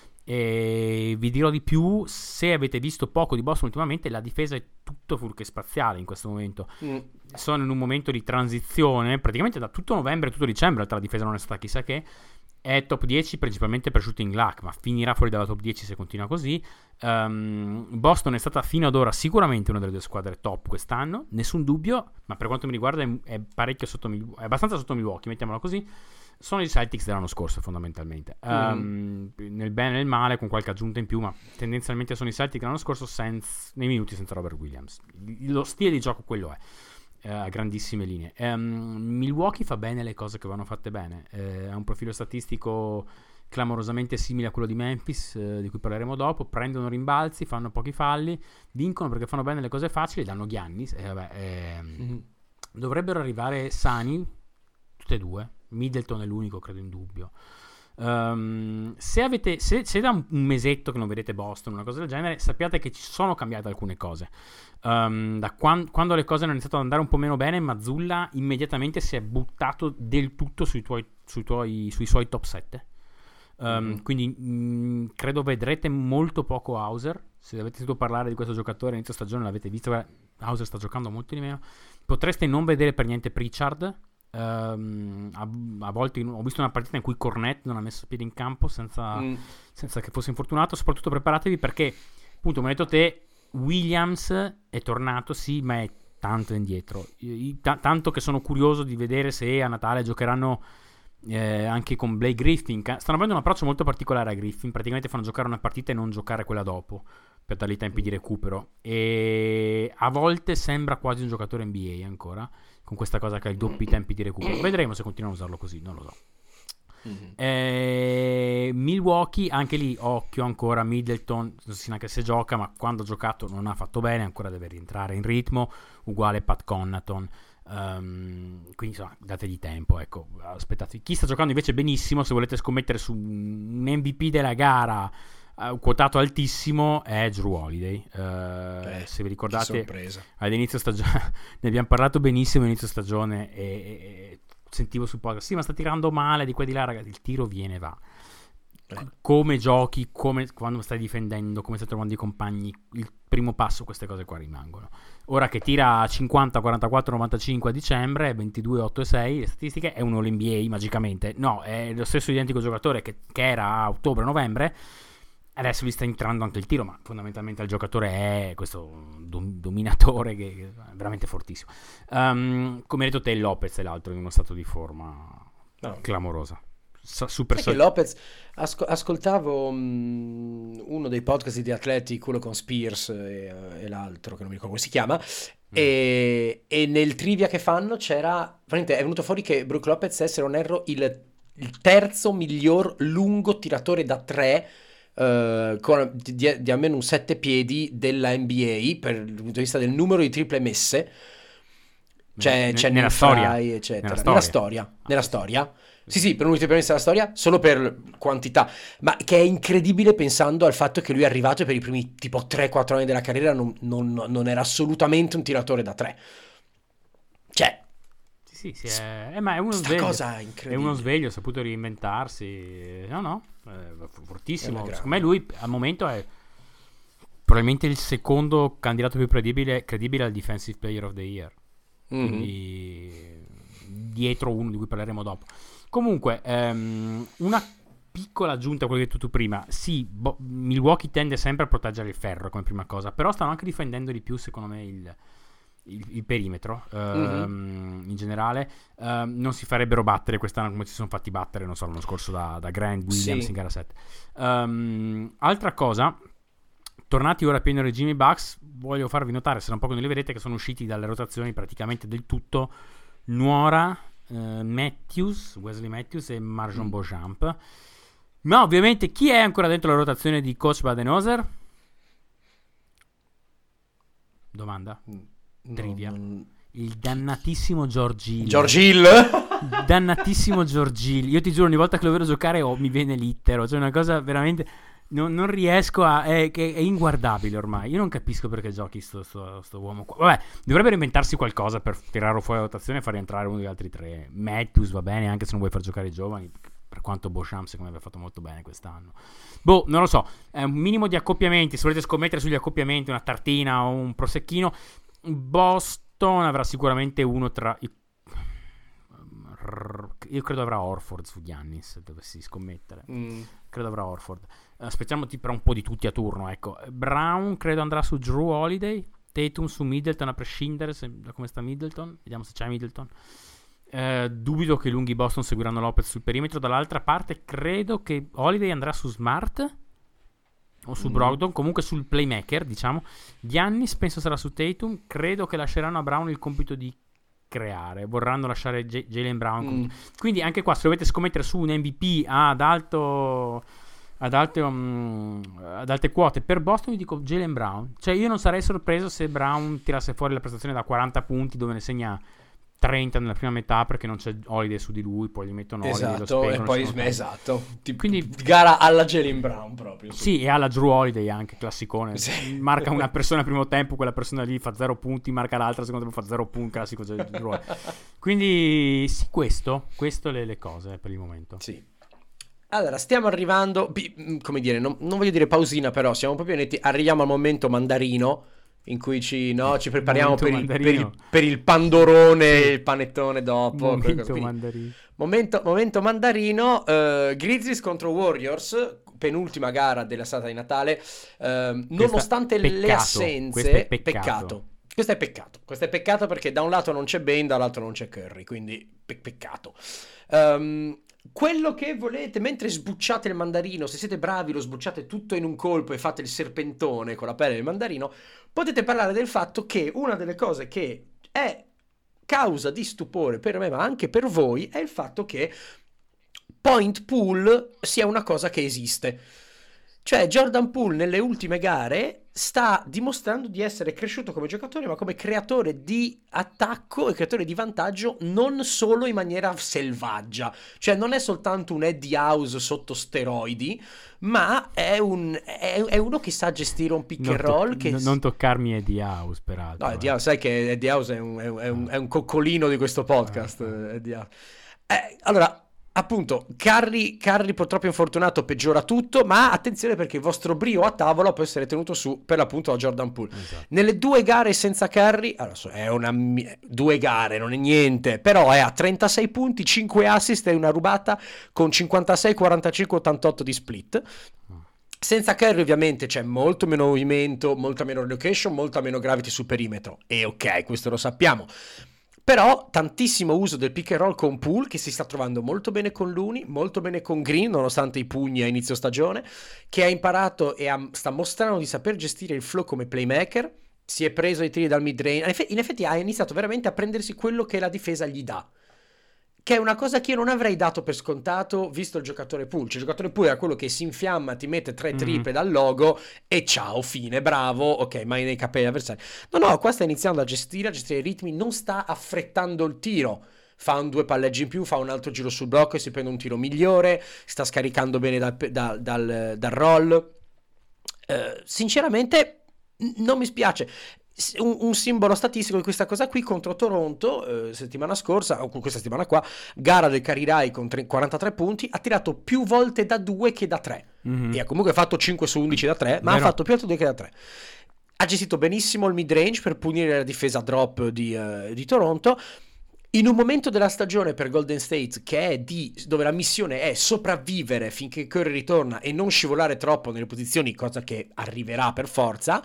E vi dirò di più, se avete visto poco di Boston ultimamente, la difesa è tutto fuorché spaziale in questo momento. Mm. Sono in un momento di transizione, praticamente da tutto novembre, tutto dicembre, in realtà la difesa non è stata chissà che. È top dieci principalmente per shooting luck, ma finirà fuori dalla top dieci se continua così. Um, Boston è stata fino ad ora sicuramente una delle due squadre top quest'anno, nessun dubbio, ma per quanto mi riguarda è, è parecchio sotto Milwaukee, è abbastanza sotto Milwaukee, mettiamola così. Sono i Celtics dell'anno scorso fondamentalmente, um, nel bene e nel male, con qualche aggiunta in più, ma tendenzialmente sono i Celtics dell'anno scorso senza, nei minuti senza Robert Williams. Lo stile di gioco quello è, eh, a grandissime linee. um, Milwaukee fa bene le cose che vanno fatte bene, eh, ha un profilo statistico clamorosamente simile a quello di Memphis, eh, di cui parleremo dopo. Prendono rimbalzi, fanno pochi falli, vincono perché fanno bene le cose facili, danno Giannis, e vabbè, ehm, Mm-hmm. dovrebbero arrivare sani tutte e due. Middleton è l'unico, credo, in dubbio. Um, se avete se, se da un, un mesetto che non vedete Boston, una cosa del genere, sappiate che ci sono cambiate alcune cose. Um, da quan, quando le cose hanno iniziato ad andare un po' meno bene, Mazzulla immediatamente si è buttato del tutto sui, tuoi, sui, tuoi, sui suoi top sette. Um, mm-hmm. Quindi mh, credo vedrete molto poco Hauser. Se avete sentito parlare di questo giocatore inizio stagione, l'avete visto. Beh, Hauser sta giocando molto di meno. Potreste non vedere per niente Pritchard. Um, a, a volte ho visto una partita in cui Cornet non ha messo piede in campo senza, mm. senza che fosse infortunato. Soprattutto preparatevi perché, appunto, come hai detto te, Williams è tornato, sì, ma è tanto indietro. I, t- tanto che sono curioso di vedere se a Natale giocheranno eh, anche con Blake Griffin. Stanno avendo un approccio molto particolare a Griffin. Praticamente fanno giocare una partita e non giocare quella dopo, per dargli tempi di recupero. E a volte sembra quasi un giocatore N B A ancora, con questa cosa che ha i doppi tempi di recupero. Vedremo se continuano a usarlo così, non lo so. Mm-hmm. Eh, Milwaukee, anche lì occhio ancora, Middleton, non si sa neanche se gioca, ma quando ha giocato non ha fatto bene, ancora deve rientrare in ritmo, uguale Pat Connaughton. Um, quindi insomma, dategli tempo, ecco, aspettate. Chi sta giocando invece benissimo, se volete scommettere su un M V P della gara uh, quotato altissimo, è Jrue Holiday. Uh, Beh, se vi ricordate, all'inizio stagione ne abbiamo parlato benissimo all'inizio stagione e, e sentivo sul podcast, sì, ma sta tirando male di qua e di là, ragazzi. Il tiro viene e va. C- come giochi, come quando stai difendendo, come stai trovando i compagni, il primo passo, queste cose qua rimangono. Ora che tira cinquanta, quarantaquattro, novantacinque a dicembre, ventidue, otto e sei, le statistiche, è uno l'N B A magicamente. No, è lo stesso identico giocatore che, che era a ottobre-novembre. Adesso gli sta entrando anche il tiro, ma fondamentalmente il giocatore è questo dom- dominatore che, che è veramente fortissimo. Um, come hai detto te, Lopez è l'altro in uno stato di forma no. clamorosa. Super Sai che Lopez asco- ascoltavo um, uno dei podcast di Athletic, quello con Spears e, e l'altro che non mi ricordo come si chiama, mm. e, e nel trivia che fanno c'era veramente è venuto fuori che Brook Lopez è, se non erro, il, il terzo miglior lungo tiratore da tre uh, con, di, di almeno un sette piedi della N B A per il punto di vista del numero di triple messe. C'è, N- c'è nella, storia, eccetera. nella storia, nella storia, nella storia. Sì, sì, per un'ultima premessa della storia, solo per quantità, ma che è incredibile pensando al fatto che lui è arrivato e per i primi tipo tre quattro anni della carriera non, non, non era assolutamente un tiratore da tre. Cioè, sì, sì, sì è, eh, ma è uno sta sveglio. Cosa incredibile. È uno sveglio, ha saputo reinventarsi. No, no, è fortissimo. Secondo me lui al momento è probabilmente il secondo candidato più credibile, credibile al Defensive Player of the Year. Mm-hmm. Quindi dietro uno di cui parleremo dopo. Comunque, um, una piccola aggiunta a quello che hai detto tu prima. Sì, bo- Milwaukee tende sempre a proteggere il ferro come prima cosa, però stanno anche difendendo di più, secondo me, il, il, il perimetro um, mm-hmm. in generale. Um, non si farebbero battere quest'anno come si sono fatti battere, non so, l'anno scorso da, da Grant Williams sì. in gara sette. Um, altra cosa, tornati ora a pieno regime i Bucks, voglio farvi notare, se da un po' che non li vedete, che sono usciti dalle rotazioni praticamente del tutto Nuora, Uh, Matthews, Wesley Matthews e Marjon mm. Beauchamp. Ma ovviamente chi è ancora dentro la rotazione di coach Budenholzer? Domanda? No, Trivia. non... Il dannatissimo George Hill. George Hill? Il dannatissimo George Hill. Io ti giuro, ogni volta che lo vedo giocare oh, mi viene l'ittero. Cioè una cosa veramente... Non, non riesco a... È, che è inguardabile ormai. Io non capisco perché giochi sto, sto, sto uomo qua. Vabbè, dovrebbero inventarsi qualcosa per tirarlo fuori la rotazione e far rientrare uno degli altri tre. Matthews va bene, anche se non vuoi far giocare i giovani, per quanto Beauchamp secondo me aveva fatto molto bene quest'anno. Boh, non lo so. È un minimo di accoppiamenti. Se volete scommettere sugli accoppiamenti, una tartina o un prosecchino, Boston avrà sicuramente uno tra i... Io credo avrà Horford su Giannis, se dovessi scommettere. Mm. Credo avrà Horford. Aspettiamo per un po' di tutti a turno, ecco. Brown credo andrà su Jrue Holiday, Tatum su Middleton a prescindere se, da come sta Middleton, vediamo se c'è Middleton. Eh, dubito che i lunghi Boston seguiranno Lopez sul perimetro. Dall'altra parte credo che Holiday andrà su Smart o su mm. Brogdon, comunque sul playmaker, diciamo. Giannis penso sarà su Tatum. Credo che lasceranno a Brown il compito di creare, vorranno lasciare J- Jaylen Brown. Mm. Quindi anche qua, se dovete scommettere su un M V P ad alto ad alte, um, ad alte quote per Boston, vi dico Jaylen Brown. Cioè io non sarei sorpreso se Brown tirasse fuori la prestazione da quaranta punti dove ne segna trenta nella prima metà perché non c'è Holiday su di lui, poi gli mettono Holiday, esatto, lo e poi sono... esatto Tip, quindi gara alla Jaylen Brown proprio sì, sì e alla Jrue Holiday anche, classicone sì. Marca una persona al primo tempo, quella persona lì fa zero punti, marca l'altra al secondo tempo fa zero punti, classico Jrue. Quindi sì, questo questo le, le cose per il momento. Sì. Allora, stiamo arrivando, come dire, non, non voglio dire pausina, però siamo proprio netti, arriviamo al momento mandarino, in cui ci, no, ci prepariamo per il, per, il, per il pandorone, sì. il panettone dopo. Momento mandarino. Momento, momento mandarino, uh, Grizzlies contro Warriors, penultima gara della serata di Natale, uh, nonostante peccato, le assenze, questo è peccato. peccato. Questo è peccato, questo è peccato perché da un lato non c'è Bane, dall'altro non c'è Curry, quindi pe- peccato. Um, quello che volete, mentre sbucciate il mandarino, se siete bravi lo sbucciate tutto in un colpo e fate il serpentone con la pelle del mandarino, potete parlare del fatto che una delle cose che è causa di stupore per me ma anche per voi è il fatto che point Poole sia una cosa che esiste. Cioè Jordan Poole nelle ultime gare sta dimostrando di essere cresciuto come giocatore, ma come creatore di attacco e creatore di vantaggio, non solo in maniera selvaggia. Cioè non è soltanto un Eddie House sotto steroidi, ma è, un, è, è uno che sa gestire un pick non and roll. To- che n- s- non toccarmi Eddie House, peraltro. No, Eddie House, sai che Eddie House è un, è un, è un, è un coccolino di questo podcast. Ah, Eddie House. Eh, allora... Appunto, Curry, Curry purtroppo infortunato peggiora tutto, ma attenzione perché il vostro brio a tavola può essere tenuto su per l'appunto da Jordan Poole. Esatto. Nelle due gare senza Curry, allora, è una due gare, non è niente, però è a trentasei punti, cinque assist e una rubata con cinquantasei, quarantacinque, ottantotto di split. Senza Curry ovviamente c'è molto meno movimento, molta meno relocation, molta meno gravity sul perimetro, e ok, questo lo sappiamo. Però tantissimo uso del pick and roll con Poole, che si sta trovando molto bene con Looney, molto bene con Green, nonostante i pugni a inizio stagione, che ha imparato e ha, sta mostrando di saper gestire il flow come playmaker, si è preso i tiri dal mid-range, in effetti ha iniziato veramente a prendersi quello che la difesa gli dà, che è una cosa che io non avrei dato per scontato visto il giocatore Poole. Cioè, il giocatore Poole era quello che si infiamma, ti mette tre triple mm. dal logo e ciao, fine, bravo, ok, mai nei capelli avversari. No, no, qua sta iniziando a gestire, a gestire i ritmi, non sta affrettando il tiro. Fa un due palleggi in più, fa un altro giro sul blocco e si prende un tiro migliore, sta scaricando bene dal, dal, dal, dal roll. Uh, sinceramente, non mi spiace. Un, un simbolo statistico di questa cosa qui contro Toronto eh, settimana scorsa o questa settimana qua, gara del Carirai con tre, quarantatré punti, ha tirato più volte da due che da tre mm-hmm. e ha comunque fatto cinque su undici da tre, ma Vero. ha fatto più volte che da tre. Ha gestito benissimo il mid range per punire la difesa drop di, uh, di Toronto. In un momento della stagione per Golden State che è di dove la missione è sopravvivere finché Curry ritorna e non scivolare troppo nelle posizioni, cosa che arriverà per forza,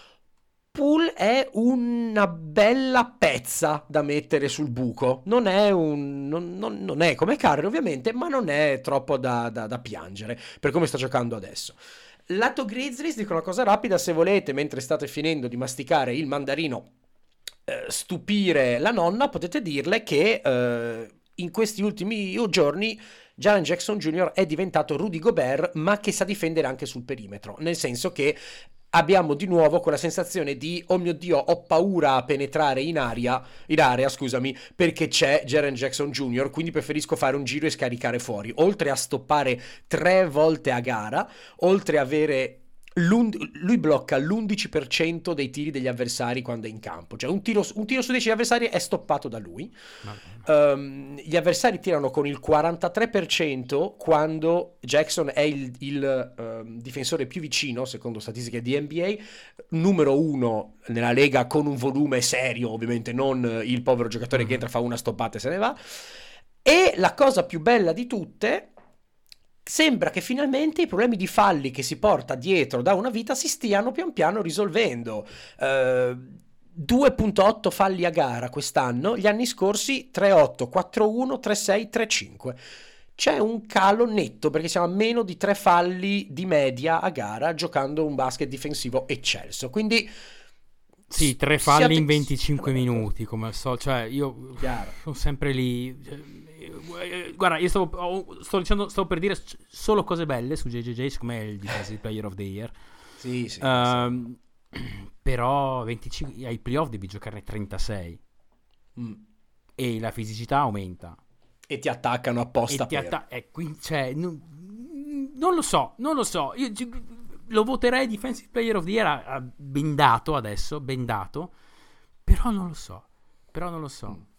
Poole è una bella pezza da mettere sul buco. Non è un non, non, non è come Curry ovviamente, ma non è troppo da, da, da piangere per come sta giocando adesso. Lato Grizzlies, dico una cosa rapida, se volete, mentre state finendo di masticare il mandarino, eh, stupire la nonna, potete dirle che eh, in questi ultimi giorni Jaren Jackson Junior è diventato Rudy Gobert, ma che sa difendere anche sul perimetro, nel senso che abbiamo di nuovo quella sensazione di oh mio Dio, ho paura a penetrare in aria, in area, scusami, perché c'è Jaren Jackson Junior, quindi preferisco fare un giro e scaricare fuori. Oltre a stoppare tre volte a gara, oltre a avere lui blocca l'undici per cento dei tiri degli avversari quando è in campo, cioè un tiro, un tiro su dieci avversari è stoppato da lui. Um, gli avversari tirano con il quarantatré per cento quando Jackson è il, il um, difensore più vicino, secondo statistiche di N B A, numero uno nella lega con un volume serio, ovviamente non il povero giocatore mm-hmm. che entra, fa una stoppata e se ne va. E la cosa più bella di tutte, sembra che finalmente i problemi di falli che si porta dietro da una vita si stiano pian piano risolvendo. Uh, due virgola otto falli a gara quest'anno, gli anni scorsi tre virgola otto, quattro virgola uno, tre virgola sei, tre virgola cinque. C'è un calo netto perché siamo a meno di tre falli di media a gara giocando un basket difensivo eccelso. Quindi sì, tre falli siate... in venticinque minuti come al solito, cioè io Chiaro. sono sempre lì. Guarda, io stavo, sto dicendo, stavo per dire solo cose belle su J J J, come il Defensive Player of the Year. Sì, sì, uh, sì. Però venticinque, ai playoff devi giocarne trentasei mm. e la fisicità aumenta. E ti attaccano apposta e ti per... atta- e quindi, cioè, non, non lo so, non lo so. Io lo voterei Defensive Player of the Year a, a bendato adesso, bendato, però non lo so, però non lo so. Mm.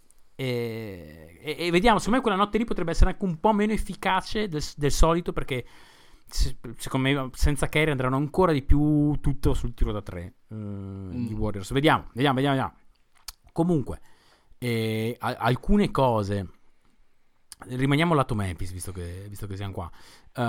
E, e, e vediamo, secondo me quella notte lì potrebbe essere anche un po' meno efficace del, del solito, perché se, secondo me senza Curry andranno ancora di più tutto sul tiro da tre uh, mm. i Warriors. Vediamo, vediamo, vediamo, vediamo. Comunque eh, a, alcune cose, rimaniamo lato Memphis visto che, visto che siamo qua.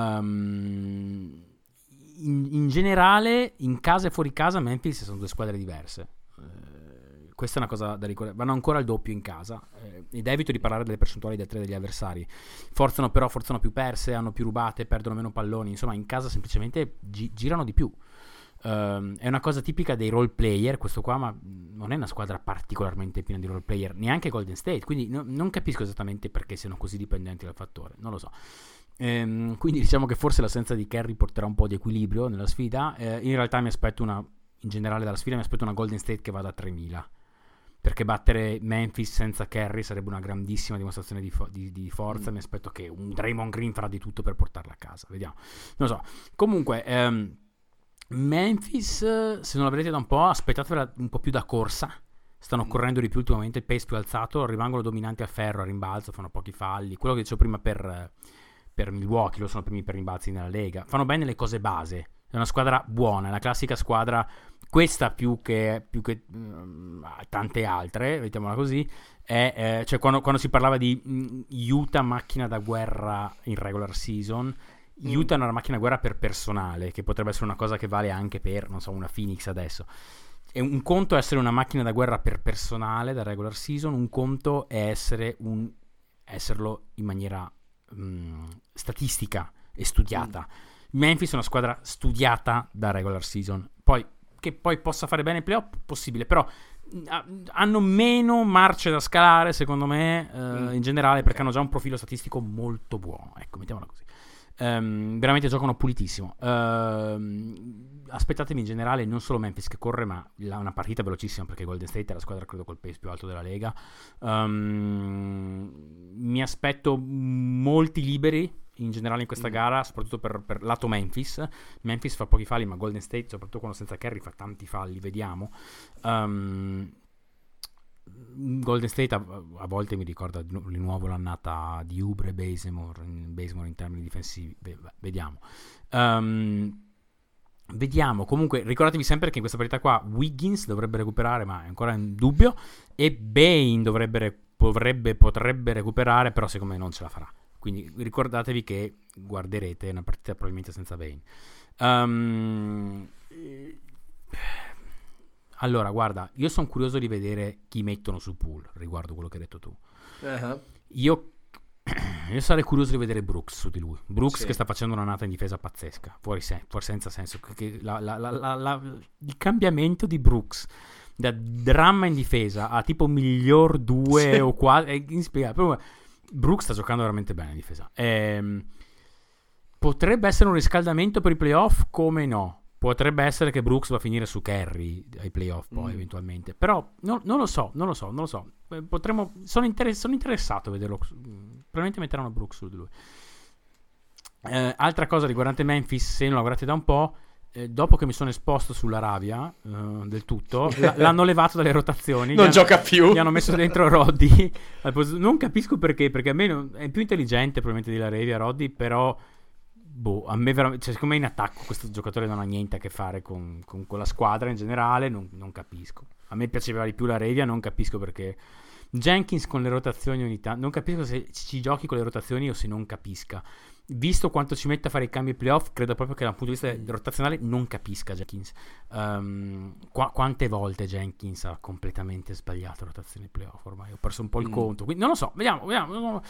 um, in, in generale in casa e fuori casa Memphis sono due squadre diverse. Questa è una cosa da ricordare. Vanno ancora al doppio in casa eh, ed evito di parlare delle percentuali da tre degli avversari. Forzano però, forzano più perse, hanno più rubate, perdono meno palloni. Insomma, in casa semplicemente gi- girano di più. Um, è una cosa tipica dei role player questo qua, ma non è una squadra particolarmente piena di role player, neanche Golden State. Quindi no, non capisco esattamente perché siano così dipendenti dal fattore. Non lo so. Ehm, quindi diciamo che forse l'assenza di Curry porterà un po' di equilibrio nella sfida. Eh, in realtà mi aspetto una, in generale dalla sfida mi aspetto una Golden State che vada a tremila, perché battere Memphis senza Curry sarebbe una grandissima dimostrazione di, fo- di, di forza. Mm. Mi aspetto che un Draymond Green farà di tutto per portarla a casa, vediamo, non lo so. Comunque ehm, Memphis, se non l'avrete da un po', aspettatevela un po' più da corsa. Stanno correndo di più ultimamente, il pace più alzato, rimangono dominanti a ferro, a rimbalzo, fanno pochi falli. Quello che dicevo prima per, per Milwaukee, loro sono primi per rimbalzi nella Lega. Fanno bene le cose base, è una squadra buona, è la classica squadra, questa più che, più che uh, tante altre, mettiamola così, è, eh, cioè quando, quando si parlava di mh, Utah macchina da guerra in regular season, mm. Utah è una macchina da guerra per personale, che potrebbe essere una cosa che vale anche per, non so, una Phoenix adesso. E un conto è essere una macchina da guerra per personale da regular season, un conto è essere un esserlo in maniera um, statistica e studiata. Mm. Memphis è una squadra studiata da regular season, poi che poi possa fare bene i playoff, possibile, però uh, hanno meno marce da scalare secondo me uh, mm. in generale, perché hanno già un profilo statistico molto buono, ecco, mettiamola così. Um, veramente giocano pulitissimo. Uh, aspettatevi in generale non solo Memphis che corre, ma la, una partita velocissima, perché Golden State è la squadra credo col pace più alto della Lega. Um, mi aspetto molti liberi in generale in questa mm. gara, soprattutto per, per lato Memphis. Memphis fa pochi falli, ma Golden State, soprattutto quando senza Curry, fa tanti falli, vediamo. Um, Golden State a, a volte mi ricorda di nuovo l'annata di Oubre e Bazemore in, Bazemore in termini difensivi. Beh, vediamo um, vediamo comunque ricordatevi sempre che in questa partita qua Wiggins dovrebbe recuperare, ma è ancora in dubbio, e Bane dovrebbe, potrebbe, potrebbe recuperare, però secondo me non ce la farà, quindi ricordatevi che guarderete una partita probabilmente senza Bane. um, Allora, guarda, io sono curioso di vedere chi mettono su Poole riguardo quello che hai detto tu. Uh-huh. Io, io sarei curioso di vedere Brooks su di lui. Brooks sì. Che sta facendo un'annata in difesa pazzesca, fuori, se, fuori senza senso. Che la, la, la, la, la, il cambiamento di Brooks da dramma in difesa a tipo miglior due sì. o quasi è inspiegabile. Brooks sta giocando veramente bene in difesa. Ehm, potrebbe essere un riscaldamento per i playoff, come no? Potrebbe essere che Brooks va a finire su Curry ai playoff poi mm. eventualmente, però no, non lo so, non lo so, non lo so. Potremmo, sono, inter- sono interessato a vederlo. Probabilmente metteranno Brooks su di lui. Eh, altra cosa riguardante Memphis, se non la guardate da un po', eh, dopo che mi sono esposto sull'Arabia eh, del tutto, l- l'hanno levato dalle rotazioni. Non hanno, gioca più. Gli hanno messo dentro Roddy. Non capisco perché, perché a me non, è più intelligente probabilmente di Laravia Roddy, però boh, a me veramente, cioè, secondo me in attacco questo giocatore non ha niente a che fare con, con, con la squadra in generale, non, non capisco. A me piaceva di più la Revia, non capisco perché Jenkins con le rotazioni ogni tanto, non capisco se ci giochi con le rotazioni o se non capisca. Visto quanto ci mette a fare i cambi playoff, credo proprio che dal punto di vista rotazionale non capisca Jenkins. Um, qua, quante volte Jenkins ha completamente sbagliato rotazioni playoff, ormai ho perso un po' il mm. conto, quindi non lo so, vediamo, vediamo.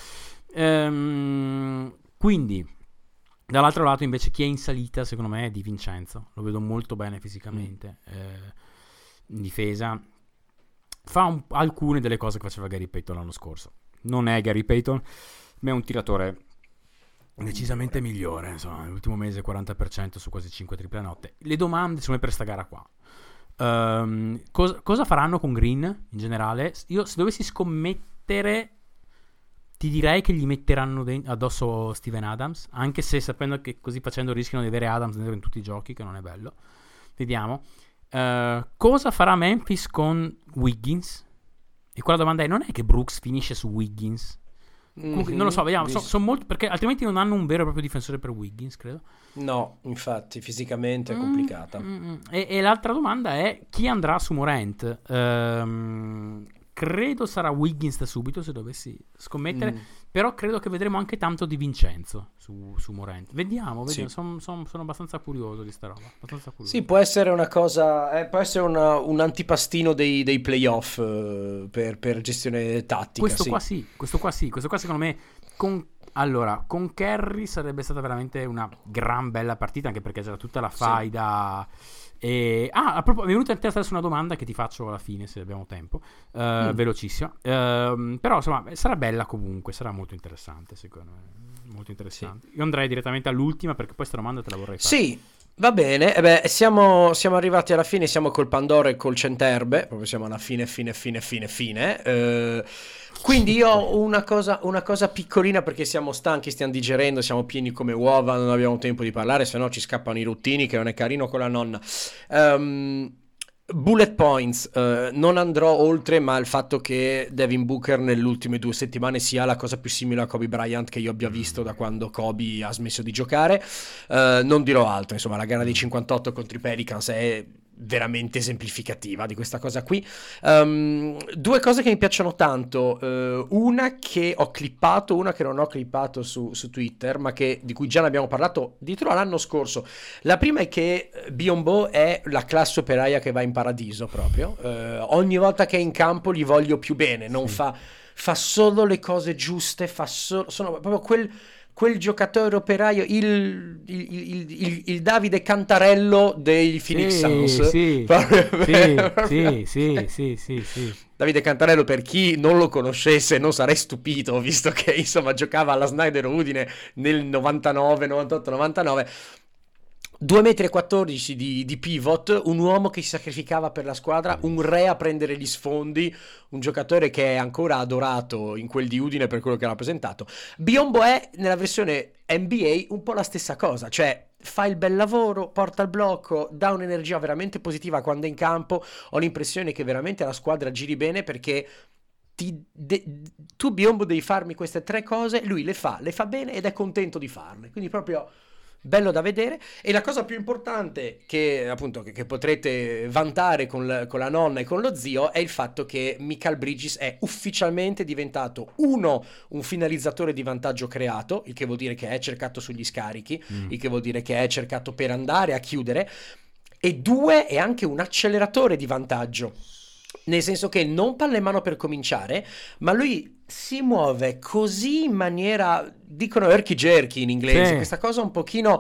Um, quindi dall'altro lato invece chi è in salita secondo me è Di Vincenzo, lo vedo molto bene fisicamente, mm. eh, in difesa fa un, alcune delle cose che faceva Gary Payton l'anno scorso. Non è Gary Payton, ma è un tiratore decisamente migliore, insomma, l'ultimo mese quaranta per cento su quasi cinque triple a notte. Le domande sono per sta gara qua, um, cosa, cosa faranno con Green in generale? Io se dovessi scommettere ti direi che gli metteranno de- addosso Steven Adams, anche se sapendo che così facendo rischiano di avere Adams dentro in tutti i giochi, che non è bello. Vediamo uh, cosa farà Memphis con Wiggins, e qua la domanda è: non è che Brooks finisce su Wiggins? Mm-hmm. Non lo so, vediamo. Sono so molto, perché altrimenti non hanno un vero e proprio difensore per Wiggins, credo. No, infatti, fisicamente è complicata. Mm-hmm. E, e l'altra domanda è: chi andrà su Morant? Um, credo sarà Wiggins da subito, se dovessi scommettere. Mm. Però credo che vedremo anche tanto Di Vincenzo su, su Morant. Vediamo, vediamo. Sì. Son, son, sono abbastanza curioso di sta roba. Abbastanza curioso. Sì, può essere una cosa, eh, può essere una, un antipastino dei, dei playoff eh, per, per gestione tattica. Questo sì. qua sì, questo qua sì, questo qua secondo me con Allora, con Curry sarebbe stata veramente una gran bella partita, anche perché c'era tutta la faida. Sì. E... Ah, a proposito, mi è venuta in testa adesso una domanda che ti faccio alla fine, se abbiamo tempo, uh, mm. velocissima. Uh, però, insomma, sarà bella comunque, sarà molto interessante, secondo me. Molto interessante. Sì. Io andrei direttamente all'ultima, perché poi questa domanda te la vorrei fare. Sì. Va bene, eh beh, siamo, siamo arrivati alla fine, siamo col Pandoro e col Centerbe, proprio siamo alla fine, fine, fine, fine, fine. Eh, quindi io ho una cosa, una cosa piccolina, perché siamo stanchi, stiamo digerendo, siamo pieni come uova, non abbiamo tempo di parlare, se no ci scappano i ruttini, che non è carino con la nonna. Um, Bullet points, uh, non andrò oltre, ma il fatto che Devin Booker nelle ultime due settimane sia la cosa più simile a Kobe Bryant che io abbia visto da quando Kobe ha smesso di giocare, uh, non dirò altro. Insomma, la gara dei cinquantotto contro i Pelicans è veramente esemplificativa di questa cosa qui. Um, due cose che mi piacciono tanto, uh, una che ho clippato, una che non ho clippato su, su Twitter, ma che, di cui già ne abbiamo parlato dietro l'anno scorso. La prima è che Biyombo è la classe operaia che va in paradiso proprio. Uh, ogni volta che è in campo gli voglio più bene, non sì. fa, fa solo le cose giuste, fa solo, sono proprio quel quel giocatore operaio, il, il, il, il, il Davide Cantarello dei Phoenix sì, Suns. Sì, proprio, sì, sì, sì, sì, sì. Davide Cantarello, per chi non lo conoscesse, non sarei stupito, visto che insomma giocava alla Snyder Udine nel novantanove, novantotto, novantanove. due metri e quattordici di, di pivot, un uomo che si sacrificava per la squadra, un re a prendere gli sfondi, un giocatore che è ancora adorato in quel di Udine per quello che ha rappresentato. Biyombo è, nella versione N B A, un po' la stessa cosa, cioè fa il bel lavoro, porta il blocco, dà un'energia veramente positiva quando è in campo. Ho l'impressione che veramente la squadra giri bene, perché ti de, tu Biyombo devi farmi queste tre cose, lui le fa, le fa bene ed è contento di farle, quindi proprio bello da vedere. E la cosa più importante che appunto che, che potrete vantare con la, con la nonna e con lo zio è il fatto che Mikal Bridges è ufficialmente diventato uno un finalizzatore di vantaggio creato, il che vuol dire che è cercato sugli scarichi, mm. il che vuol dire che è cercato per andare a chiudere, e due è anche un acceleratore di vantaggio, nel senso che non palla in mano per cominciare, ma lui si muove così in maniera, dicono herky jerky in inglese, sì. questa cosa un pochino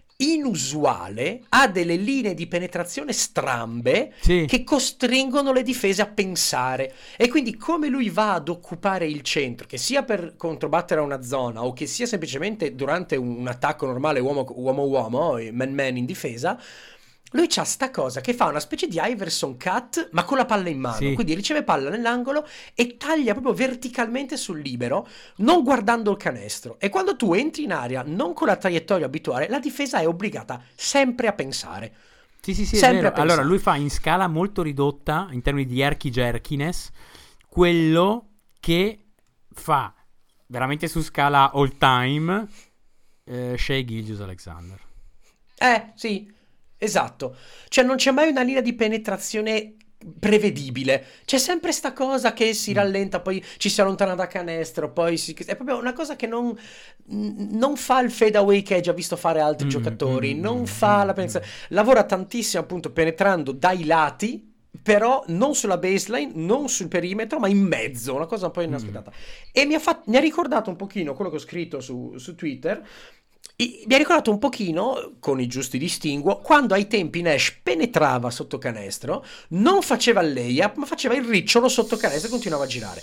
inusuale, ha delle linee di penetrazione strambe, sì. che costringono le difese a pensare, e quindi come lui va ad occupare il centro, che sia per controbattere a una zona o che sia semplicemente durante un attacco normale uomo uomo uomo, man man in difesa, lui c'ha sta cosa che fa una specie di Iverson cut, ma con la palla in mano, sì. quindi riceve palla nell'angolo e taglia proprio verticalmente sul libero, non guardando il canestro. E quando tu entri in area non con la traiettoria abituale, la difesa è obbligata sempre a pensare. Sì, sì, sì, è vero. Allora lui fa in scala molto ridotta, in termini di herky jerkiness, quello che fa veramente su scala all time eh, Shai Gilgeous-Alexander. Eh, sì. Esatto, cioè non c'è mai una linea di penetrazione prevedibile, c'è sempre sta cosa che si rallenta, poi ci si allontana da canestro, poi si... è proprio una cosa che non, non fa il fade away che hai già visto fare altri mm, giocatori, mm, non mm, fa mm, la penetrazione, lavora tantissimo appunto penetrando dai lati, però non sulla baseline, non sul perimetro, ma in mezzo, una cosa un po' inaspettata. Mm. E mi ha, fatto, mi ha ricordato un pochino quello che ho scritto su, su Twitter. I, mi ha ricordato un pochino, con i giusti distinguo, quando ai tempi Nash penetrava sotto canestro, non faceva il layup, ma faceva il ricciolo sotto canestro e continuava a girare.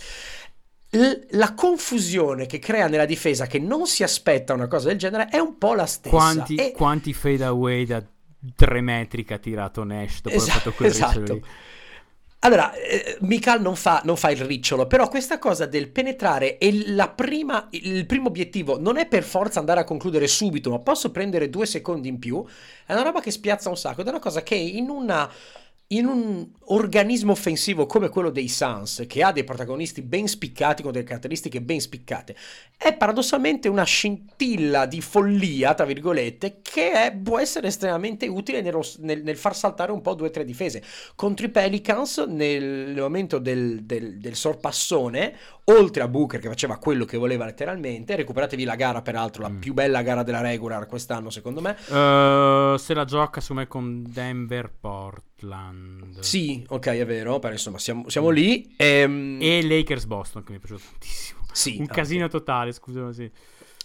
L- la confusione che crea nella difesa, che non si aspetta una cosa del genere, è un po' la stessa. Quanti, e... quanti fade away da tre metri che ha tirato Nash dopo esatto, aver fatto quel esatto. ricciolo lì? Allora, eh, Mikal non fa, non fa il ricciolo, però questa cosa del penetrare e la prima, il primo obiettivo non è per forza andare a concludere subito, ma posso prendere due secondi in più, è una roba che spiazza un sacco, ed è una cosa che in una... in un organismo offensivo come quello dei Suns, che ha dei protagonisti ben spiccati con delle caratteristiche ben spiccate, è paradossalmente una scintilla di follia, tra virgolette, che è, può essere estremamente utile nel, nel, nel far saltare un po' due o tre difese. Contro i Pelicans, nel, nel momento del, del, del sorpassone, oltre a Booker che faceva quello che voleva letteralmente, recuperatevi la gara, peraltro la mm. più bella gara della regular quest'anno secondo me, uh, se la gioca su me con Denver Portland, sì, ok, è vero, però insomma siamo, siamo lì, ehm... e Lakers Boston che mi è piaciuto tantissimo, sì, un okay. casino totale, scusa, sì.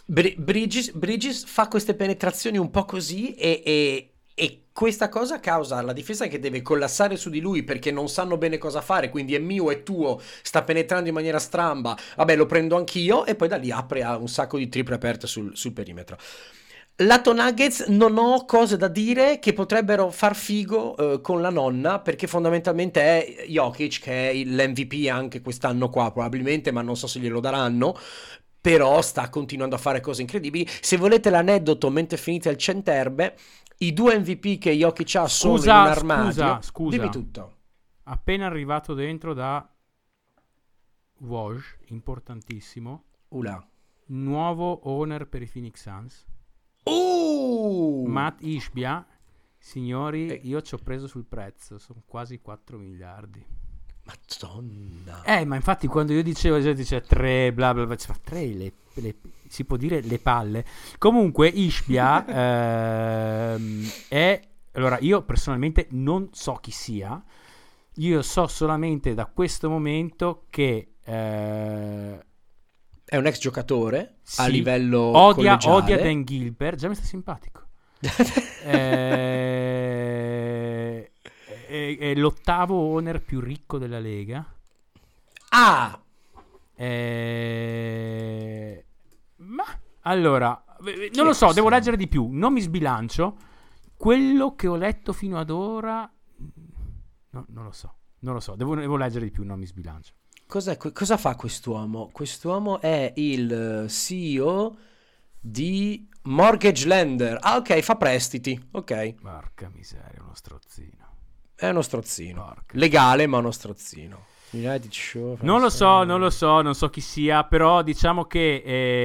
Bri- Bridges, Bridges fa queste penetrazioni un po' così e, e, e questa cosa causa la difesa che deve collassare su di lui perché non sanno bene cosa fare, quindi è mio, è tuo, sta penetrando in maniera stramba, vabbè lo prendo anch'io, e poi da lì apre a un sacco di triple aperte sul, sul perimetro. Lato Nuggets non ho cose da dire che potrebbero far figo eh, con la nonna, perché fondamentalmente è Jokic, che è l'M V P anche quest'anno qua probabilmente, ma non so se glielo daranno, però sta continuando a fare cose incredibili. Se volete l'aneddoto, mentre finite il centerbe, i due M V P che Jokic ha sono in un Scusa, armadio. scusa, scusa. Dimmi tutto. Appena arrivato dentro da Woj, importantissimo, Ula. nuovo owner per i Phoenix Suns. Uh! Matt Ishbia, signori, Eh. io ci ho preso sul prezzo, sono quasi quattro miliardi. Madonna. Eh, ma infatti quando io dicevo, la gente dice tre, bla bla bla, cioè, tre, le, le, si può dire le palle. Comunque Ishbia ehm, è, allora io personalmente non so chi sia, io so solamente da questo momento che eh, È un ex giocatore a sì, livello odia, collegiale. odia Dan Gilbert, già mi sta simpatico. eh, è, è l'ottavo owner più ricco della Lega. Ah! Eh, ma allora, eh, non lo è so, questo? devo leggere di più. Non mi sbilancio. Quello che ho letto fino ad ora, no, non lo so, non lo so. Devo, devo leggere di più. Non mi sbilancio. Cos'è, que- cosa fa quest'uomo? Quest'uomo è il C E O di Mortgage Lender. Ah, ok, fa prestiti. Ok, Porca miseria, uno strozzino. è uno strozzino. Porca. Legale, ma uno strozzino. United Show. Non lo so, non lo so, non so chi sia, però diciamo che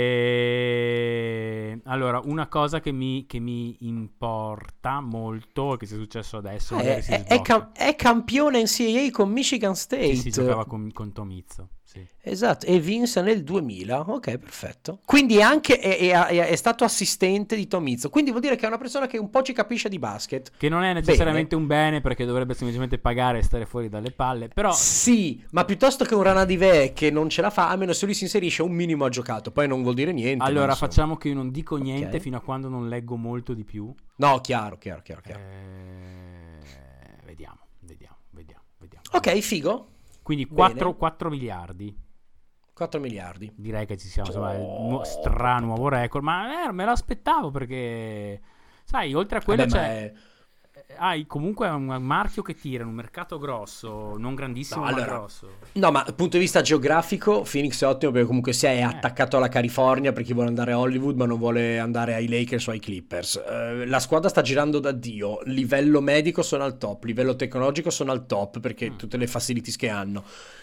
eh, allora, una cosa che mi, che mi importa molto, che sia successo adesso, Ah, magari è, si è- è sblocca. cam- è campione N C A A con Michigan State. Sì, si giocava con, con Tomizzo, sì. Esatto, e vinse nel duemila. Ok, perfetto. Quindi è anche è, è- è- è stato assistente di Tomizzo. Quindi vuol dire che è una persona che un po' ci capisce di basket. Che non è necessariamente un bene, perché dovrebbe semplicemente pagare e stare fuori dalle palle, però Sì, ma piuttosto che un Ranadive che non ce la fa, almeno se lui si inserisce un minimo ha giocato. Poi non vuol dire niente. ma allora insomma. facciamo che io non dico niente Ok. fino a quando non leggo molto di più. No, chiaro, chiaro, chiaro, chiaro. Eh, vediamo, vediamo, vediamo, vediamo. Ok, figo. Quindi bene. quattro, quattro miliardi. quattro miliardi. Direi che ci siamo, insomma, il nu- stra nuovo record, ma eh, me l'aspettavo perché sai, oltre a quello Vabbè, ma c'è è- hai comunque un marchio che tira in un mercato grosso, non grandissimo, No, ma allora- grosso. No, ma dal punto di vista geografico, Phoenix è ottimo perché comunque si è attaccato alla California per chi vuole andare a Hollywood ma non vuole andare ai Lakers o ai Clippers. Eh, la squadra sta girando da Dio, livello medico sono al top, livello tecnologico sono al top perché Mm. tutte le facilities che hanno.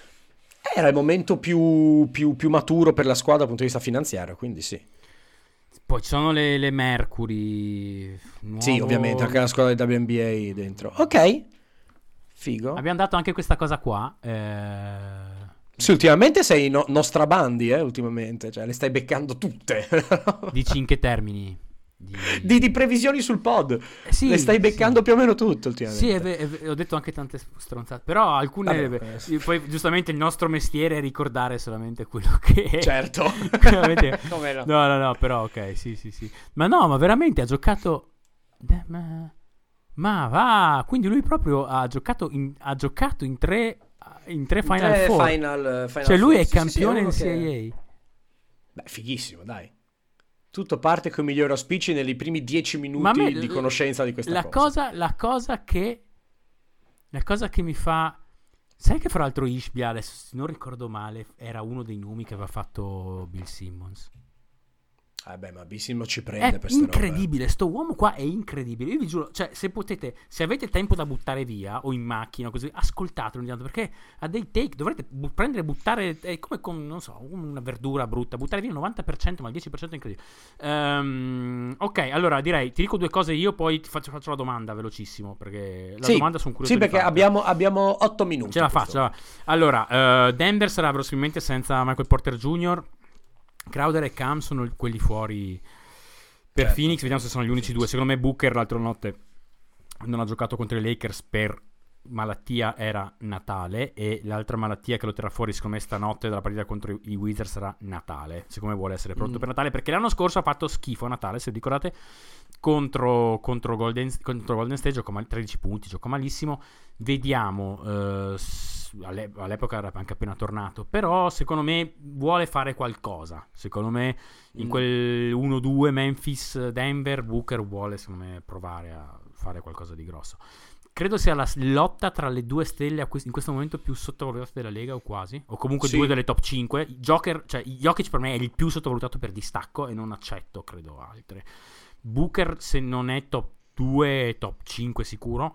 Era il momento più, più, più maturo per la squadra dal punto di vista finanziario, quindi sì. Poi ci sono le, le Mercury. Sì, nuovo- ovviamente, anche la squadra del W N B A dentro. Ok, figo. Abbiamo dato anche questa cosa qua. eh, Sì, ultimamente sei no- nostrabandi, eh, ultimamente, cioè le stai beccando tutte. Dici in che termini? Di, di, di previsioni sul pod. Eh sì, le stai beccando sì. più o meno tutte ultimamente. Sì, è ve- è ve- ho detto anche tante stronzate, però alcune Vabbè, eh, poi giustamente il nostro mestiere è ricordare solamente quello che Certo. Veramente- Come no? no, no, no, però ok, sì, sì, sì. Ma no, ma veramente ha giocato eh, ma, ma va, quindi lui proprio ha giocato in, ha giocato in tre in tre Final Tre Four. final, final Cioè lui four. è Sì, sì, sì, campione uno N C A A. che- Beh, fighissimo, dai. Tutto parte con i migliori auspici nei primi dieci minuti Ma a me di l- conoscenza di questa la cosa. cosa. La cosa che la cosa che mi fa, sai che fra l'altro Ishbia, adesso se non ricordo male, era uno dei nomi che aveva fatto Bill Simmons. Eh beh, ma Bissimo ci prende È per ste robe. incredibile, sto uomo qua è incredibile. Io vi giuro, cioè, se potete, se avete tempo da buttare via o in macchina o così, ascoltatelo ogni tanto, perché ha dei take, dovrete bu- prendere e buttare, è come con, non so, una verdura brutta, buttare via il novanta per cento, ma il dieci per cento è incredibile. Ehm, ok, allora direi, ti dico due cose io, poi ti faccio, faccio la domanda velocissimo, perché la Sì, domanda sono curioso sì, di perché farla. abbiamo, abbiamo otto minuti. Ce la questo. faccio. ce la fa. Allora, eh, Denver sarà verosimilmente senza Michael Porter Junior Crowder e Cam sono il- quelli fuori per Certo. Phoenix. Vediamo se sono gli unici due. Secondo me Booker l'altra notte non ha giocato contro i Lakers per malattia era Natale e l'altra malattia che lo terrà fuori secondo me stanotte dalla partita contro i Wizards sarà Natale, siccome vuole essere pronto mm. per Natale, perché l'anno scorso ha fatto schifo a Natale, se vi ricordate, contro, contro, Golden, contro Golden State giocò mal, tredici punti, giocò malissimo. Vediamo, eh, all'epoca era anche appena tornato, però secondo me vuole fare qualcosa, secondo me in mm. quel uno due Memphis-Denver Booker vuole secondo me provare a fare qualcosa di grosso. Credo sia la lotta tra le due stelle in questo momento più sottovalutate della Lega, o quasi, o comunque sì. due delle top cinque. Joker, cioè Jokic per me è il più sottovalutato per distacco e non accetto, credo, altre. Booker, se non è top due, è top cinque sicuro.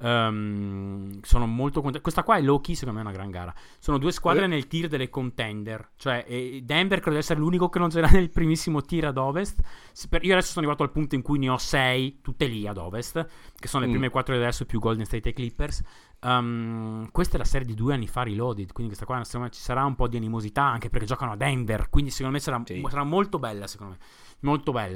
Um, sono molto contento. Questa qua è low key, secondo me è una gran gara. Sono due squadre eh. nel tier delle contender. Cioè eh, Denver credo di essere l'unico che non c'era nel primissimo tier ad ovest. Io adesso sono arrivato al punto in cui ne ho sei tutte lì ad ovest, che sono le mm. prime quattro di adesso più Golden State e Clippers. Um, questa è la serie di due anni fa reloaded, quindi questa qua secondo me ci sarà un po' di animosità, anche perché giocano a Denver, quindi secondo me sarà, sì. sarà molto bella, secondo me molto bella.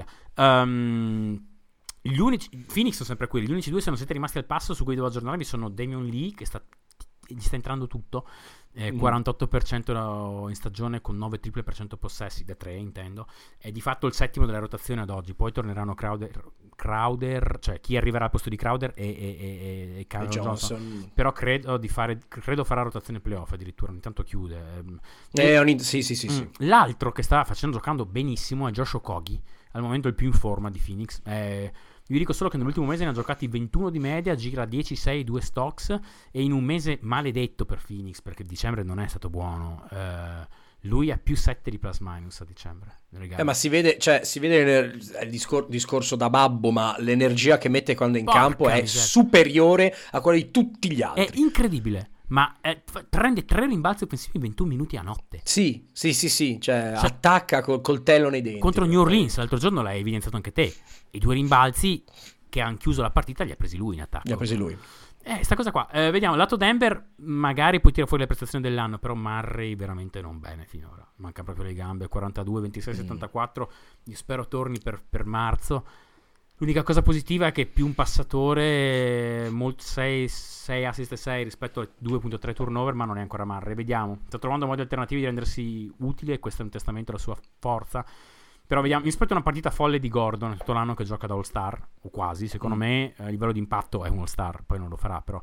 um, Gli unici Phoenix sono sempre quelli. Gli unici due sono siete rimasti al passo su cui devo aggiornarvi sono Damian Lee, che sta gli sta entrando tutto, eh, mm. quarantotto per cento in stagione con nove triple per cento possessi da tre, intendo, è di fatto il settimo della rotazione ad oggi. Poi torneranno Crowder, Crowder cioè chi arriverà al posto di Crowder e, e, e, e Carl Johnson. Johnson però credo di fare credo farà rotazione playoff addirittura, ogni tanto chiude. eh, ogni, sì sì sì, mm. sì L'altro che sta facendo giocando benissimo è Josh Okogie, al momento il più in forma di Phoenix. eh, Vi dico solo che nell'ultimo mese ne ha giocati ventuno di media, gira dieci sei, due stocks, e in un mese maledetto per Phoenix, perché dicembre non è stato buono. Uh, lui ha più sette di plus minus a dicembre. Eh, ma si vede, cioè, si vede il discor- discorso da babbo, ma l'energia che mette quando è in Porca campo è miseria. superiore a quella di tutti gli altri. È incredibile. Ma eh, prende tre rimbalzi offensivi in ventuno minuti a notte. Sì, sì, sì, sì. Cioè, cioè attacca col coltello nei denti. Contro New Orleans, l'altro giorno l'hai evidenziato anche te. I due rimbalzi che hanno chiuso la partita li ha presi lui in attacco. Li ha presi lui. Eh, sta cosa qua. Eh, vediamo, lato Denver, magari poi tira fuori le prestazioni dell'anno, però Murray veramente non bene finora. Manca proprio le gambe, quarantadue, ventisei, mm. settantaquattro. Io spero torni per, per marzo. L'unica cosa positiva è che è più un passatore, sei assist e sei rispetto ai due virgola tre turnover, ma non è ancora Murray. Vediamo, sta trovando modi alternativi di rendersi utile, e questo è un testamento alla sua forza. Però vediamo, mi aspetto una partita folle di Gordon tutto l'anno che gioca da All-Star, o quasi, secondo mm. me a livello di impatto è un All-Star, poi non lo farà, però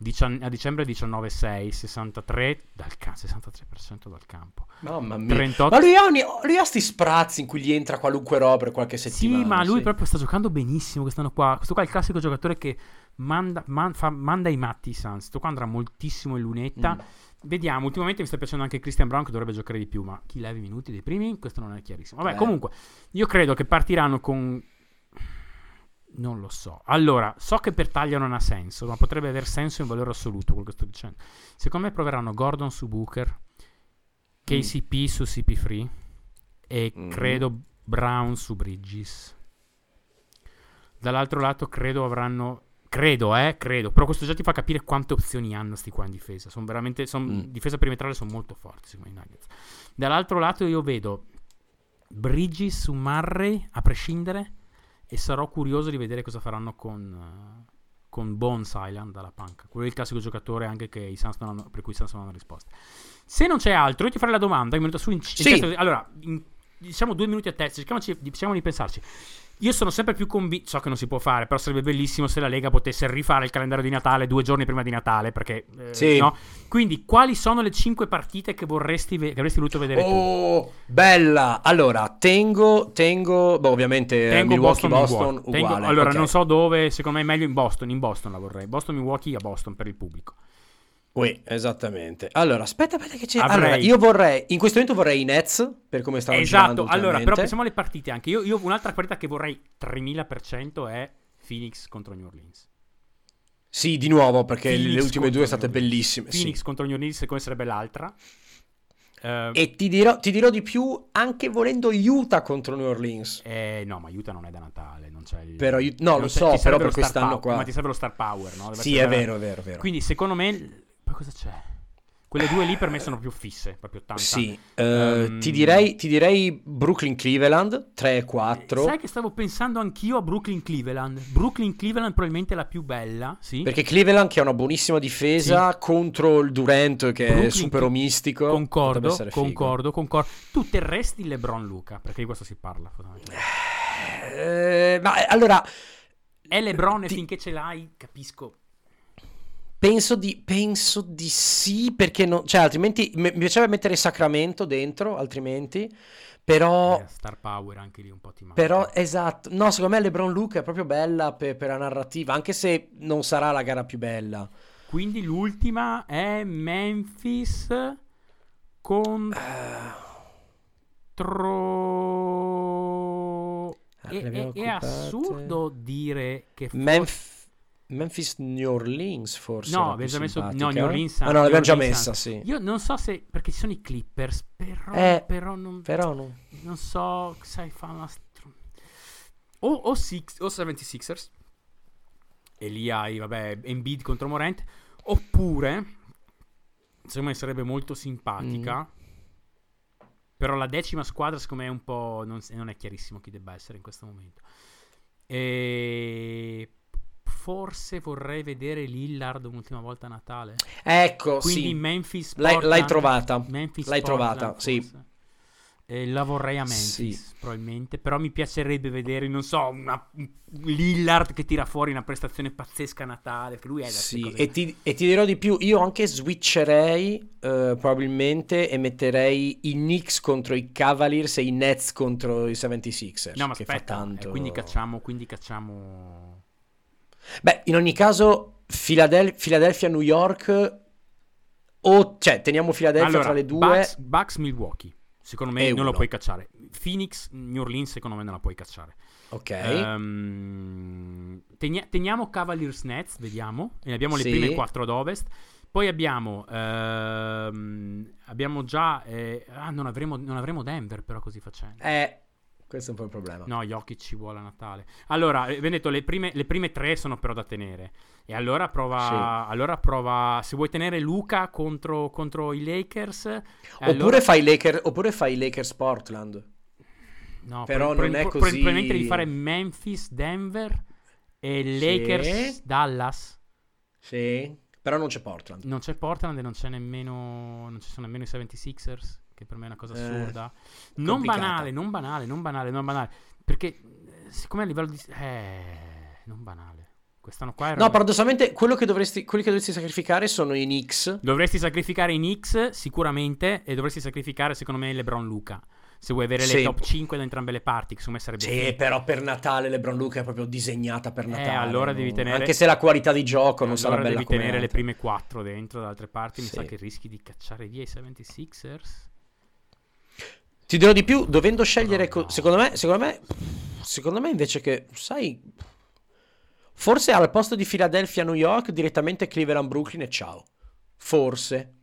a dicembre diciannove sei, sessantatré dal ca- sessantatré per cento dal campo. Mamma mia. trentotto Ma lui ha, lui ha sti sprazzi in cui gli entra qualunque roba per qualche settimana. Sì, ma lui sì. proprio sta giocando benissimo quest'anno qua. Questo qua è il classico giocatore che manda, man, fa, manda i matti i Suns. Questo qua andrà moltissimo in lunetta. Mm. Vediamo, ultimamente mi sta piacendo anche Christian Brown, che dovrebbe giocare di più, ma chi leva i minuti dei primi? Questo non è chiarissimo. Vabbè, eh. comunque, io credo che partiranno con... Non lo so. Allora, so che per taglia non ha senso, ma potrebbe aver senso in valore assoluto quello che sto dicendo. Secondo me proveranno Gordon su Booker, K C P mm. su C P tre e mm. credo Brown su Bridges. Dall'altro lato credo avranno... Credo, eh, credo. Però questo già ti fa capire quante opzioni hanno sti qua in difesa. Sono veramente... Son, mm. difesa perimetrale sono molto forti, secondo i Nuggets. Dall'altro lato io vedo Bridges su Murray, a prescindere, e sarò curioso di vedere cosa faranno con, uh, con Bones Island dalla panca. Quello è il classico giocatore anche che i Suns non hanno, per cui i Suns non hanno risposte. Se non c'è altro, io ti farei la domanda. Mi è venuta su in, sì. in testa, allora, in, diciamo due minuti a testa, cerchiamoci, diciamo di pensarci. Io sono sempre più convinto, so che non si può fare, però sarebbe bellissimo se la Lega potesse rifare il calendario di Natale due giorni prima di Natale, perché eh, sì. no? Quindi quali sono le cinque partite che vorresti ve- che avresti voluto vedere oh, tu? Bella! Allora, tengo tengo boh, ovviamente tengo Milwaukee Boston, Boston, Boston tengo, uguale. allora okay. non so dove, secondo me è meglio in Boston, in Boston la vorrei. Boston Milwaukee a Boston per il pubblico. Oui, esattamente. Allora, aspetta, aspetta che c'è. Avrei... Allora, io vorrei, in questo momento vorrei i Nets, per come stanno esatto. girando Allora, però pensiamo alle partite anche. Io, io un'altra partita che vorrei tremila per cento è Phoenix contro New Orleans. Sì, di nuovo, perché Phoenix le ultime due sono state bellissime. Phoenix sì. contro New Orleans, come sarebbe l'altra. Uh, e ti dirò, ti dirò di più, anche volendo Utah contro New Orleans. Eh, no, ma Utah non è da Natale, non c'è il... Però, no, lo so, però per quest'anno power, qua... Ma ti serve lo star power, no? Deve sì, è vero, è vero, è vero. Quindi, secondo me... Poi cosa c'è? Quelle due lì per me sono più fisse, proprio tanta. Sì, uh, um, ti direi ti direi Brooklyn Cleveland tre e quattro. Sai che stavo pensando anch'io a Brooklyn Cleveland. Brooklyn Cleveland probabilmente è la più bella, sì. Perché Cleveland che ha una buonissima difesa, sì, contro il Durant che Brooklyn, è super mistico. Concordo, concordo, concordo. Tu terresti LeBron Luka, perché di questo si parla. Eh, ma allora è LeBron ti... e finché ce l'hai, capisco. Penso di, penso di sì, perché no, cioè altrimenti mi, mi piacerebbe mettere Sacramento dentro, altrimenti, però... Eh, Star Power anche lì un po' ti manca. Però, esatto, no, secondo me LeBron Luka è proprio bella per, per la narrativa, anche se non sarà la gara più bella. Quindi l'ultima è Memphis contro... Uh... è, è, è assurdo dire che... Forse... Memphis... Memphis New Orleans forse. No, abbiamo già messo no, New Orleans. Ah, no, l'abbiamo già messa, sì. Io non so se perché ci sono i Clippers, però eh, però non però non, non so, sai, fa una str... o o, six, o settantasei ers. E lì hai, vabbè, Embiid contro Morant, oppure secondo me sarebbe molto simpatica. Mm. Però la decima squadra secondo me è un po' non, non è chiarissimo chi debba essere in questo momento. E forse vorrei vedere Lillard un'ultima volta a Natale. Ecco, quindi sì. Memphis l'hai, Portland, l'hai trovata. Memphis l'hai Portland, trovata, forse. sì. Eh, la vorrei a Memphis, sì, probabilmente. Però mi piacerebbe vedere, non so, una, un Lillard che tira fuori una prestazione pazzesca a Natale. Che lui è da sì, cose... e, ti, e ti dirò di più. Io anche switcherei uh, probabilmente e metterei i Knicks contro i Cavaliers e i Nets contro i settantasei ers. No, ma che aspetta, fa tanto... eh, quindi cacciamo, quindi cacciamo. Beh, in ogni caso, Philadelphia, Philadelphia New York, o cioè teniamo Philadelphia allora, tra le due. Bucks, Bucks Milwaukee, secondo me e non uno. lo puoi cacciare. Phoenix New Orleans, secondo me non la puoi cacciare. Ok. Um, tenia- teniamo Cavaliers Nets, vediamo. E abbiamo le sì. prime quattro ad ovest. Poi abbiamo ehm, abbiamo già eh, ah non avremo, non avremo Denver però così facendo. Eh Questo è un po' il problema. No, Jokic ci vuole a Natale. Allora, abbiamo detto, le prime, le prime tre sono però da tenere. E allora prova, sì. allora prova se vuoi tenere Luka contro, contro i Lakers. Oppure, allora... fai Laker, oppure fai Lakers Portland. No, però pro, non pro, è pro, così. Probabilmente devi fare Memphis, Denver e Lakers, sì. Dallas. Sì, però non c'è Portland. Non c'è Portland e non c'è nemmeno, non ci sono nemmeno i settantasei ers, che per me è una cosa assurda. Eh, non complicata. banale, non banale, non banale, non banale. Perché siccome a livello di... Eh, non banale. Quest'anno qua era... No, paradossalmente quello che dovresti, quelli che dovresti sacrificare sono i Knicks. Dovresti sacrificare i Knicks sicuramente e dovresti sacrificare secondo me LeBron Luka. Se vuoi avere sì. le top cinque da entrambe le parti, che secondo me sarebbe... Sì, figo. Però per Natale LeBron Luka è proprio disegnata per Natale. Eh, allora no? devi tenere... Anche se la qualità di gioco non allora sarà bella devi come tenere altre. le prime quattro dentro, da altre parti mi sì. sa che rischi di cacciare via i settantasei ers. Ti dirò di più, dovendo scegliere... No, no. Co- secondo me, secondo me... Secondo me invece che... Sai... Forse al posto di Philadelphia New York direttamente Cleveland Brooklyn e ciao. Forse.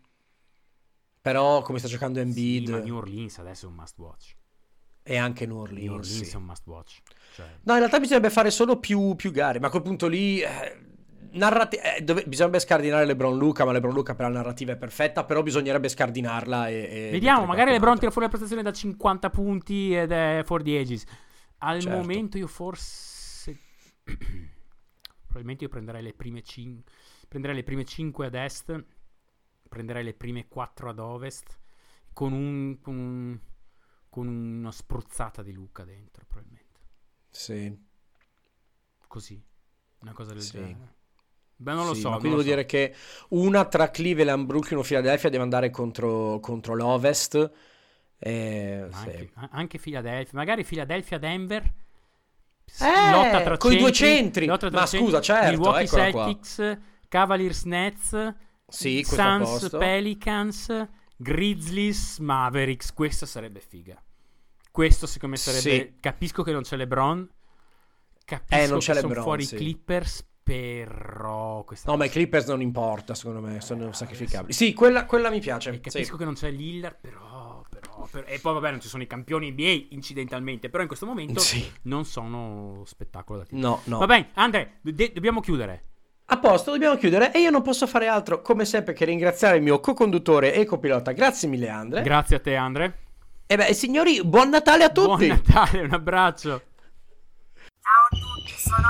Però come sta giocando Embiid... Sì, ma New Orleans adesso è un must watch. E anche New Orleans, New Orleans sì. è un must watch. Cioè... No, in realtà bisognerebbe fare solo più, più gare, ma a quel punto lì... Eh, narrati- eh, dove- bisognerebbe scardinare LeBron Luka, ma LeBron Luka per la narrativa è perfetta, però bisognerebbe scardinarla e... e Vediamo, magari LeBron tira altro. fuori la prestazione da cinquanta punti ed è for the ages. Al Certo. momento io forse... Probabilmente io prenderei le prime cinque prenderei le prime cinque ad est, prenderei le prime quattro ad ovest con un con, un, con una spruzzata di Luka dentro, probabilmente. Sì. Così. Una cosa del Sì. genere. Beh, non lo Sì, so. ma non quindi lo vuol so. dire che una tra Cleveland, Brooklyn o Philadelphia deve andare contro, contro l'Ovest. E, Ma sì. anche, anche Philadelphia, magari Philadelphia Denver. Eh, lotta tra coi centri, due centri. lotta tra Ma centri, scusa, certo, Milwaukee eccola qua. Celtics, Cavaliers Nets, Sì, questo a Suns posto. Pelicans, Grizzlies Mavericks. Questa sarebbe figa. Questo secondo me sarebbe... Sì. Capisco che non c'è LeBron, capisco Eh, non c'è che sono LeBron, fuori i sì. Clippers, però questa No, ma i Clippers non importa, secondo me, sono sacrificabili. Sì, quella, quella mi piace. E capisco sì. che non c'è Lillard, però, però, però- e poi vabbè non ci sono i campioni N B A incidentalmente, però in questo momento Sì. non sono spettacolo da tipo. No, no. Va bene, Andre, de- dobbiamo chiudere. A posto, dobbiamo chiudere e io non posso fare altro, come sempre, che ringraziare il mio co-conduttore e copilota. Grazie mille, Andre. Grazie a te, Andre. E beh, signori, buon Natale a tutti. Buon Natale, un abbraccio. Ciao a tutti, sono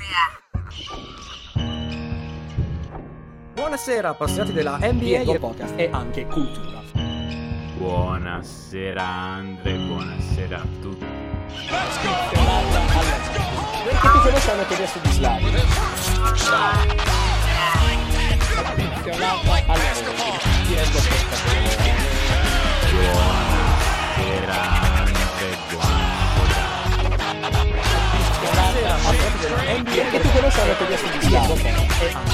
Andrea. Buonasera, appassionati della N B A e podcast e anche cultura. Buonasera, Andre, buonasera a tutti. Perché tu come sanno che adesso di slide? Buonasera, Andre, buonasera. Buonasera, appassionati della N B A e tu come sanno che adesso di slide?